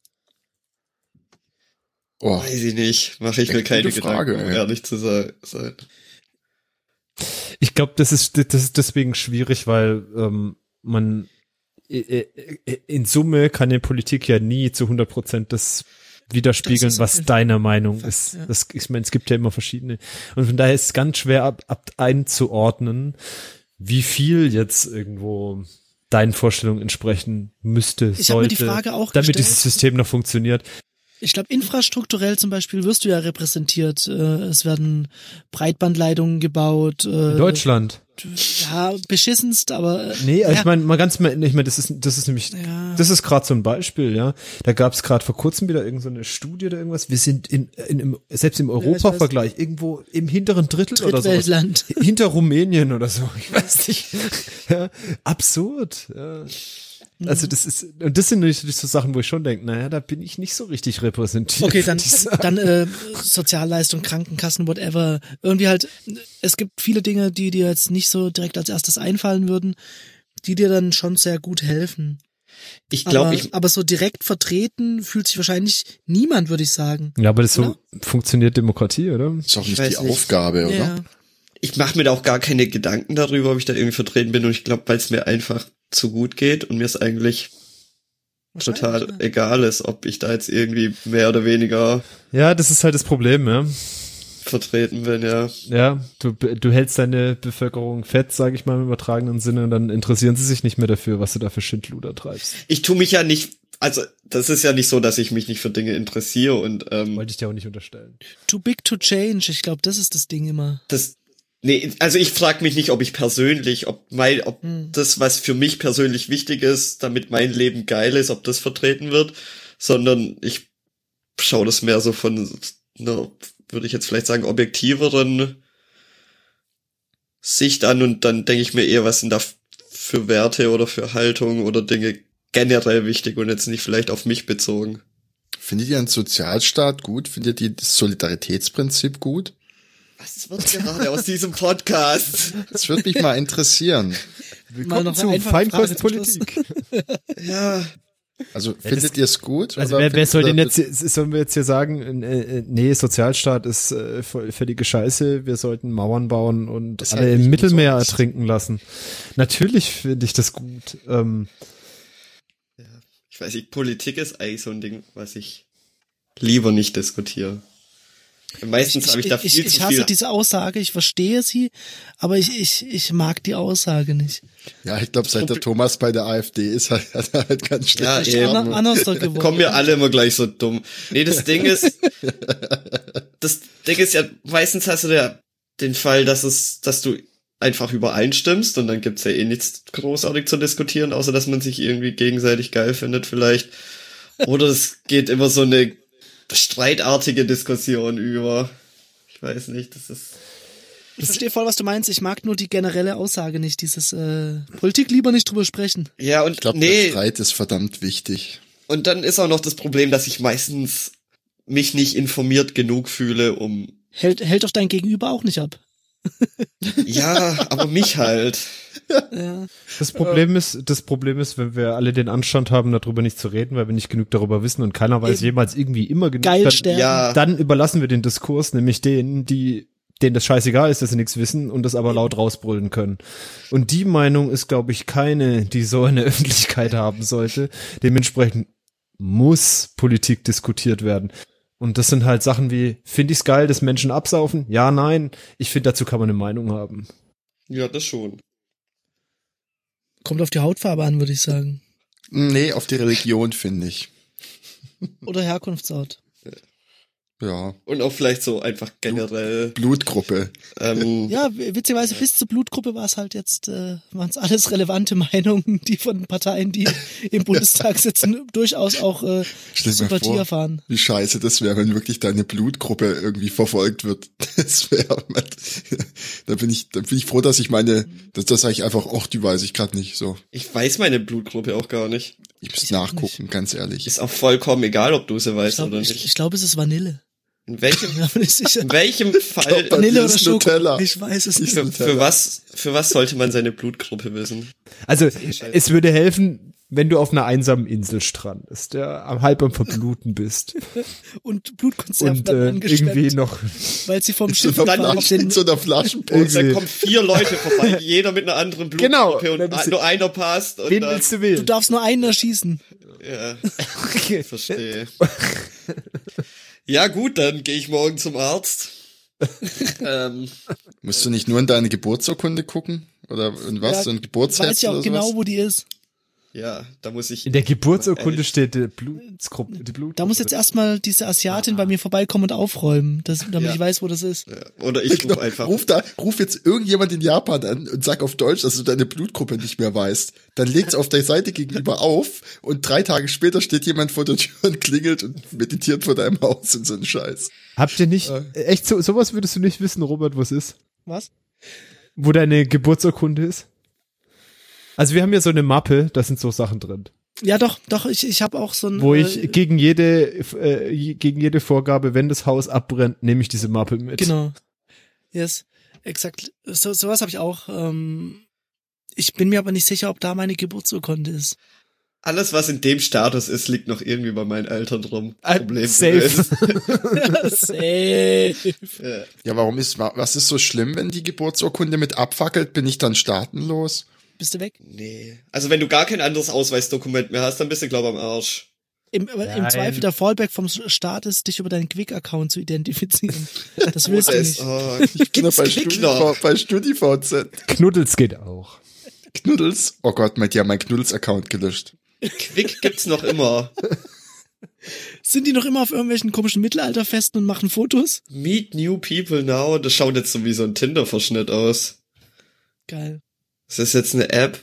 Oh, Weiß ich nicht. Mache ich mir Echt keine gute Frage, Gedanken, um ey. ehrlich zu sein. Ich glaube, das ist deswegen schwierig, weil man in Summe kann die Politik ja nie zu 100% das widerspiegeln, Das ist was ein deiner Meinung Fakt, ist. ja. Ich meine, es gibt ja immer verschiedene. Und von daher ist es ganz schwer ab einzuordnen, wie viel jetzt irgendwo deinen Vorstellungen entsprechen müsste, Ich habe mir sollte, die Frage auch damit gestellt. dieses System noch funktioniert. Ich glaube, infrastrukturell zum Beispiel wirst du ja repräsentiert. Es werden Breitbandleitungen gebaut. In Deutschland. Ja, beschissenst, aber Nee, ja, ich meine, das ist nämlich, Ja. das ist gerade so ein Beispiel, ja. Da gab es gerade vor kurzem wieder irgend so eine Studie oder irgendwas. Wir sind selbst im Europa-Vergleich irgendwo im hinteren Drittel oder so. Drittweltland. Hinter Rumänien oder so. Ich weiß nicht. Ja, absurd. Ja. Also das sind natürlich so Sachen, wo ich schon denke, naja, da bin ich nicht so richtig repräsentiert. Okay, dann Sozialleistung, Krankenkassen, whatever. Irgendwie halt, es gibt viele Dinge, die dir jetzt nicht so direkt als erstes einfallen würden, die dir dann schon sehr gut helfen. Ich glaube, aber so direkt vertreten fühlt sich wahrscheinlich niemand, würde ich sagen. Ja, aber das so funktioniert Demokratie, oder? Ist auch Ich nicht weiß die nicht. Aufgabe, oder? Ja. ich mache mir da auch gar keine Gedanken darüber, ob ich da irgendwie vertreten bin. Und ich glaube, weil es mir einfach zu gut geht und mir es eigentlich total egal ist, ob ich da jetzt irgendwie mehr oder weniger Ja, das ist halt das Problem, ja. vertreten bin, ja. Ja, du hältst deine Bevölkerung fett, sage ich mal im übertragenen Sinne, und dann interessieren sie sich nicht mehr dafür, was du da für Schindluder treibst. Ich tue mich ja nicht, also das ist ja nicht so, dass ich mich nicht für Dinge interessiere und Wollte ich dir auch nicht unterstellen. Too big to change, ich glaube, das ist das Ding immer. also ich frage mich nicht, ob ich persönlich, ob das, was für mich persönlich wichtig ist, damit mein Leben geil ist, ob das vertreten wird, sondern ich schaue das mehr so von einer, würde ich jetzt vielleicht sagen, objektiveren Sicht an, und dann denke ich mir eher, was sind da für Werte oder für Haltung oder Dinge generell wichtig und jetzt nicht vielleicht auf mich bezogen. Findet ihr einen Sozialstaat gut? Findet ihr das Solidaritätsprinzip gut? Was wird gerade aus diesem Podcast? Das würde mich mal interessieren. Mal noch eine einfache Frage zum Schluss. Ja. Also findet ihr es gut? Also oder wer soll denn findet jetzt, sollen wir jetzt hier sagen, nee, Sozialstaat ist völlige Scheiße, wir sollten Mauern bauen und Das alle halt im nicht Mittelmeer umsonst. ertrinken lassen? Natürlich finde ich das gut. Ich weiß nicht, Politik ist eigentlich so ein Ding, was ich lieber nicht diskutiere. Meistens habe ich da viel zu viel. Ich hasse diese Aussage, ich verstehe sie, aber ich mag die Aussage nicht. Ja, ich glaube, seit der Thomas bei der AfD ist, hat er halt ganz Ja, schlecht eben. Ahnung. Anders geworden. Kommen mir alle immer gleich so dumm. Nee, das Ding ist ja, meistens hast du ja den Fall, dass du einfach übereinstimmst und dann gibt's ja eh nichts großartig zu diskutieren, außer dass man sich irgendwie gegenseitig geil findet vielleicht. Oder es geht immer so eine streitartige Diskussion über. Ich weiß nicht, das ist... Ich verstehe voll, was du meinst. Ich mag nur die generelle Aussage nicht, dieses Politik lieber nicht drüber sprechen. Ja, und Ich glaube, der Streit ist verdammt wichtig. Und dann ist auch noch das Problem, dass ich meistens mich nicht informiert genug fühle, um... Hält doch dein Gegenüber auch nicht ab. Ja, aber mich halt. Ja. Das Problem ist, wenn wir alle den Anstand haben, darüber nicht zu reden, weil wir nicht genug darüber wissen und keiner weiß jemals irgendwie immer genug, Geil sterben. Ja, dann überlassen wir den Diskurs nämlich denen das scheißegal ist, dass sie nichts wissen und das aber laut rausbrüllen können. Und die Meinung ist, glaube ich, keine, die so eine Öffentlichkeit haben sollte. Dementsprechend muss Politik diskutiert werden. Und das sind halt Sachen wie, finde ich's geil, dass Menschen absaufen? Ja, nein. Ich finde, dazu kann man eine Meinung haben. ja, das schon. Kommt auf die Hautfarbe an, würde ich sagen. Nee, auf die Religion, finde ich. Oder Herkunftsort. Ja. Und auch vielleicht so einfach generell. Blutgruppe. Ja, witzigerweise bis zur Blutgruppe war es halt jetzt, waren es alles relevante Meinungen, die von Parteien, die im Bundestag sitzen, durchaus auch Stell dir mal Sympathie vor, erfahren. wie scheiße das wäre, wenn wirklich deine Blutgruppe irgendwie verfolgt wird. Das wäre, da bin ich froh, dass ich das sage ich einfach, die weiß ich gerade nicht, so. Ich weiß meine Blutgruppe auch gar nicht. Ich muss nachgucken, ganz ehrlich. Ist auch vollkommen egal, ob du sie weißt oder nicht. Ich glaube, es ist Vanille. In welchem, Ich bin mir nicht sicher. in welchem Fall, Bei Vanille mir oder ist Schoko. Nutella. Ich weiß es nicht. für was sollte man seine Blutgruppe wissen? Also, es würde helfen, wenn du auf einer einsamen Insel strandest, halb am Verbluten bist. Und Blutkonserven Und dann angeschwemmt, irgendwie noch weil sie vom So Schiff einer fahren auf den, in so einer Flaschenpose. Und dann kommen 4 Leute vorbei, jeder mit einer anderen Genau. Blutgruppe und nur einer passt. Und wen dann, willst du du wählen? darfst nur einen erschießen. ja, Okay. verstehe. Ja gut, dann gehe ich morgen zum Arzt. Musst du nicht nur in deine Geburtsurkunde gucken? Oder in was? Ja, so ein Weiß Geburtsheft ja oder auch genau, sowas? wo die ist. Ja, da muss ich... In der Geburtsurkunde steht die Blutgruppe. Da muss jetzt erstmal diese Asiatin bei mir vorbeikommen und aufräumen, damit Ja. ich weiß, wo das ist. Oder ich rufe einfach... Ruf jetzt irgendjemand in Japan an und sag auf Deutsch, dass du deine Blutgruppe nicht mehr weißt. Dann legt's auf der Seite gegenüber auf und 3 Tage später steht jemand vor der Tür und klingelt und meditiert vor deinem Haus und so ein Scheiß. Habt ihr nicht, echt, sowas würdest du nicht wissen, Robert, wo es ist? Was? Wo deine Geburtsurkunde ist? Also wir haben ja so eine Mappe, da sind so Sachen drin. Ja, doch, ich habe auch so ein... Wo ich gegen jede Vorgabe, wenn das Haus abbrennt, nehme ich diese Mappe mit. Genau. Yes, exakt. Sowas habe ich auch. Ich bin mir aber nicht sicher, ob da meine Geburtsurkunde ist. Alles, was in dem Status ist, liegt noch irgendwie bei meinen Eltern drum. Safe. Safe. Ja, was ist so schlimm, wenn die Geburtsurkunde mit abfackelt? Bin ich dann staatenlos? Bist du weg? Nee. Also wenn du gar kein anderes Ausweisdokument mehr hast, dann bist du, glaube ich, am Arsch. Im Zweifel der Fallback vom Staat ist, dich über deinen Quick-Account zu identifizieren. Das willst du nicht. Ich bin bei StudiVZ. Knuddels geht auch. Knuddels? Oh Gott, die haben meinen Knuddels-Account gelöscht. Quick gibt's noch immer. Sind die noch immer auf irgendwelchen komischen Mittelalterfesten und machen Fotos? Meet new people now. Das schaut jetzt so wie so ein Tinder-Verschnitt aus. Geil. Ist das jetzt eine App?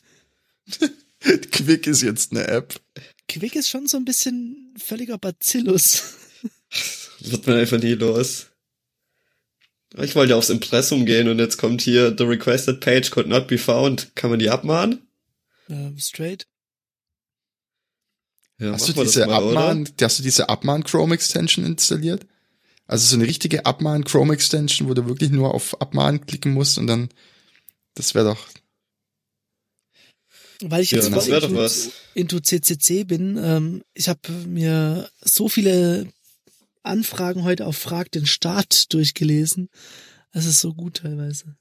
Quick ist jetzt eine App. Quick ist schon so ein bisschen völliger Bacillus. Wird man einfach nie los. Ich wollte aufs Impressum gehen und jetzt kommt hier the requested page could not be found. Kann man die abmahnen? Straight. Ja, Hast du diese Abmahn-Chrome-Extension installiert? Also so eine richtige Abmahn-Chrome-Extension, wo du wirklich nur auf Abmahn klicken musst und dann, das wäre doch... Weil ich jetzt voll into CCC bin, ich habe mir so viele Anfragen heute auf Frag den Staat durchgelesen. Das ist so gut teilweise.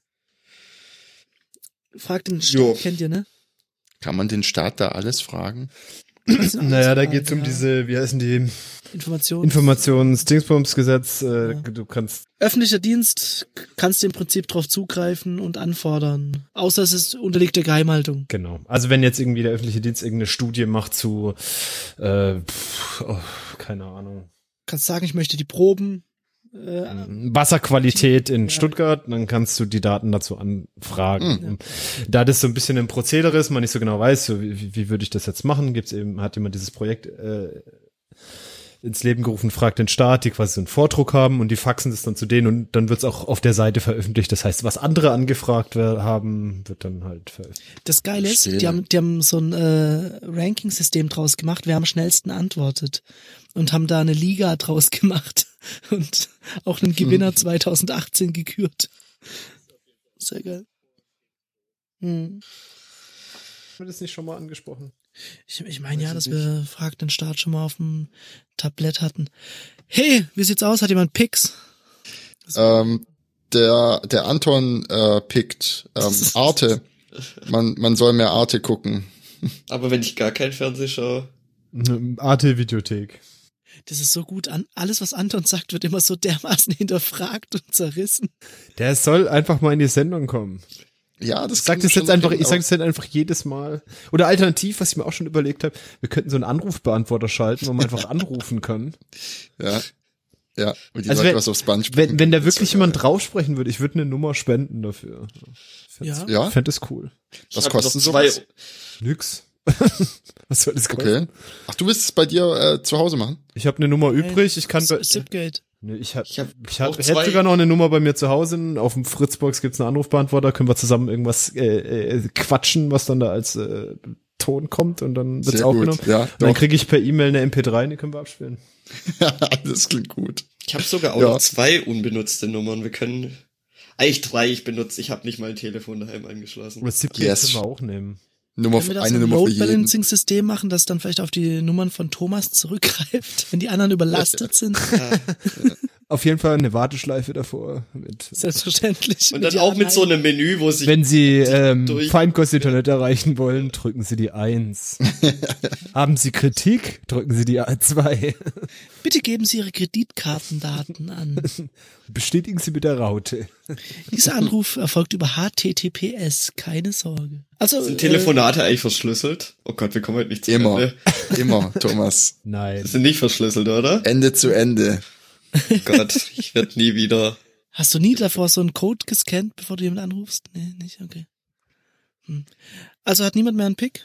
Frag den Staat, kennt ihr, ne? Kann man den Staat da alles fragen? Naja, da geht's um diese, wie heißen die? Informationsdingsbums-Gesetz. Du kannst... Öffentlicher Dienst, kannst du im Prinzip drauf zugreifen und anfordern. Außer es unterliegt der Geheimhaltung. Genau. Also wenn jetzt irgendwie der öffentliche Dienst irgendeine Studie macht zu, keine Ahnung. Kannst sagen, ich möchte die Proben. Wasserqualität in Stuttgart, dann kannst du die Daten dazu anfragen. Da das so ein bisschen ein Prozedere ist, man nicht so genau weiß, so wie würde ich das jetzt machen, hat jemand dieses Projekt ins Leben gerufen, fragt den Staat, die quasi so einen Vordruck haben und die faxen das dann zu denen und dann wird's auch auf der Seite veröffentlicht. Das heißt, was andere angefragt haben, wird dann halt veröffentlicht. Das Geile ist, die haben so ein Ranking-System draus gemacht, wer am schnellsten antwortet und haben da eine Liga draus gemacht und auch einen Gewinner 2018 gekürt. Sehr geil. Haben wir das nicht schon mal angesprochen? Ich meine ja, dass wir Frag den Staat schon mal auf dem Tablett hatten. Hey, wie sieht's aus? Hat jemand Picks? Der Anton pickt Arte. Man soll mehr Arte gucken. Aber wenn ich gar kein Fernseh schaue. Arte-Videothek. Das ist so gut an. Alles, was Anton sagt, wird immer so dermaßen hinterfragt und zerrissen. Der soll einfach mal in die Sendung kommen. Ja, das ich sag das jetzt einfach jedes Mal. Oder alternativ, was ich mir auch schon überlegt habe, wir könnten so einen Anrufbeantworter schalten, wo man einfach anrufen kann. Ja. Ja, und die also Leute was aufs Band sprechen. Wenn da wirklich jemand drauf sprechen würde, ich würde eine Nummer spenden dafür. Fände es cool. Was kostet sowas? Nix. Was soll das kosten? Okay. Ach, du willst es bei dir zu Hause machen? Ich habe eine Nummer übrig, ich kann Zipgate. Ich hätte sogar noch eine Nummer bei mir zu Hause. Auf dem Fritzbox gibt's einen Anrufbeantworter, können wir zusammen irgendwas quatschen, was dann da als Ton kommt und dann wird's aufgenommen. Ja, und dann kriege ich per E-Mail eine MP3, die können wir abspielen. Das klingt gut. Ich habe sogar auch noch 2 unbenutzte Nummern. Wir können eigentlich 3 ich habe nicht mal ein Telefon daheim angeschlossen. Oder Zipgate können wir auch nehmen. Können wir das ein Load-Balancing-System machen, das dann vielleicht auf die Nummern von Thomas zurückgreift, wenn die anderen überlastet sind? Auf jeden Fall eine Warteschleife davor. Selbstverständlich. Und dann auch mit so einem Menü, wo sich... Wenn Sie Feinkostitoilette Toilette erreichen wollen, drücken Sie die 1. Haben Sie Kritik, drücken Sie die 2. Bitte geben Sie Ihre Kreditkartendaten an. Bestätigen Sie mit der Raute. Dieser Anruf erfolgt über HTTPS, keine Sorge. Also, sind Telefonate eigentlich verschlüsselt? Oh Gott, wir kommen heute nicht zu Ende. Immer, Thomas. Nein. Das sind nicht verschlüsselt, oder? Ende zu Ende. Oh Gott, ich werde nie wieder. Hast du nie davor so einen Code gescannt, bevor du jemanden anrufst? Nee, nicht? Okay. Also hat niemand mehr einen Pick?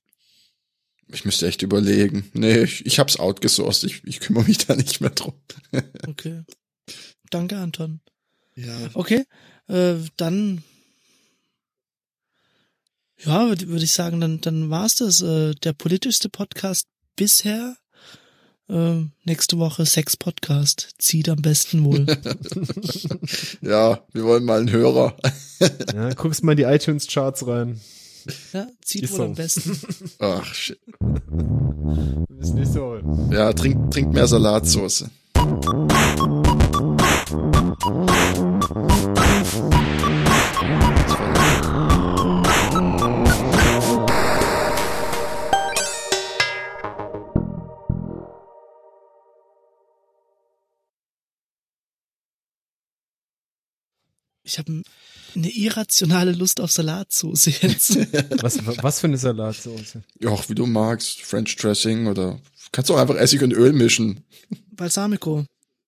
Ich müsste echt überlegen. Nee, ich hab's outgesourced. Ich kümmere mich da nicht mehr drum. Okay. Danke, Anton. Ja. Okay, dann Ja, würde ich sagen, dann war's das. Der politischste Podcast bisher. Nächste Woche Sex-Podcast. Zieht am besten wohl. Ja, wir wollen mal einen Hörer. Ja, guckst mal in die iTunes-Charts rein. Ja, zieht Ist wohl so. am besten. Ach, shit. Bis nächste Woche. Ja, trink mehr Salatsauce. Ich habe eine irrationale Lust auf Salatsauce jetzt. Was für eine Salatsauce? Ja, auch wie du magst. French Dressing oder kannst auch einfach Essig und Öl mischen. Balsamico.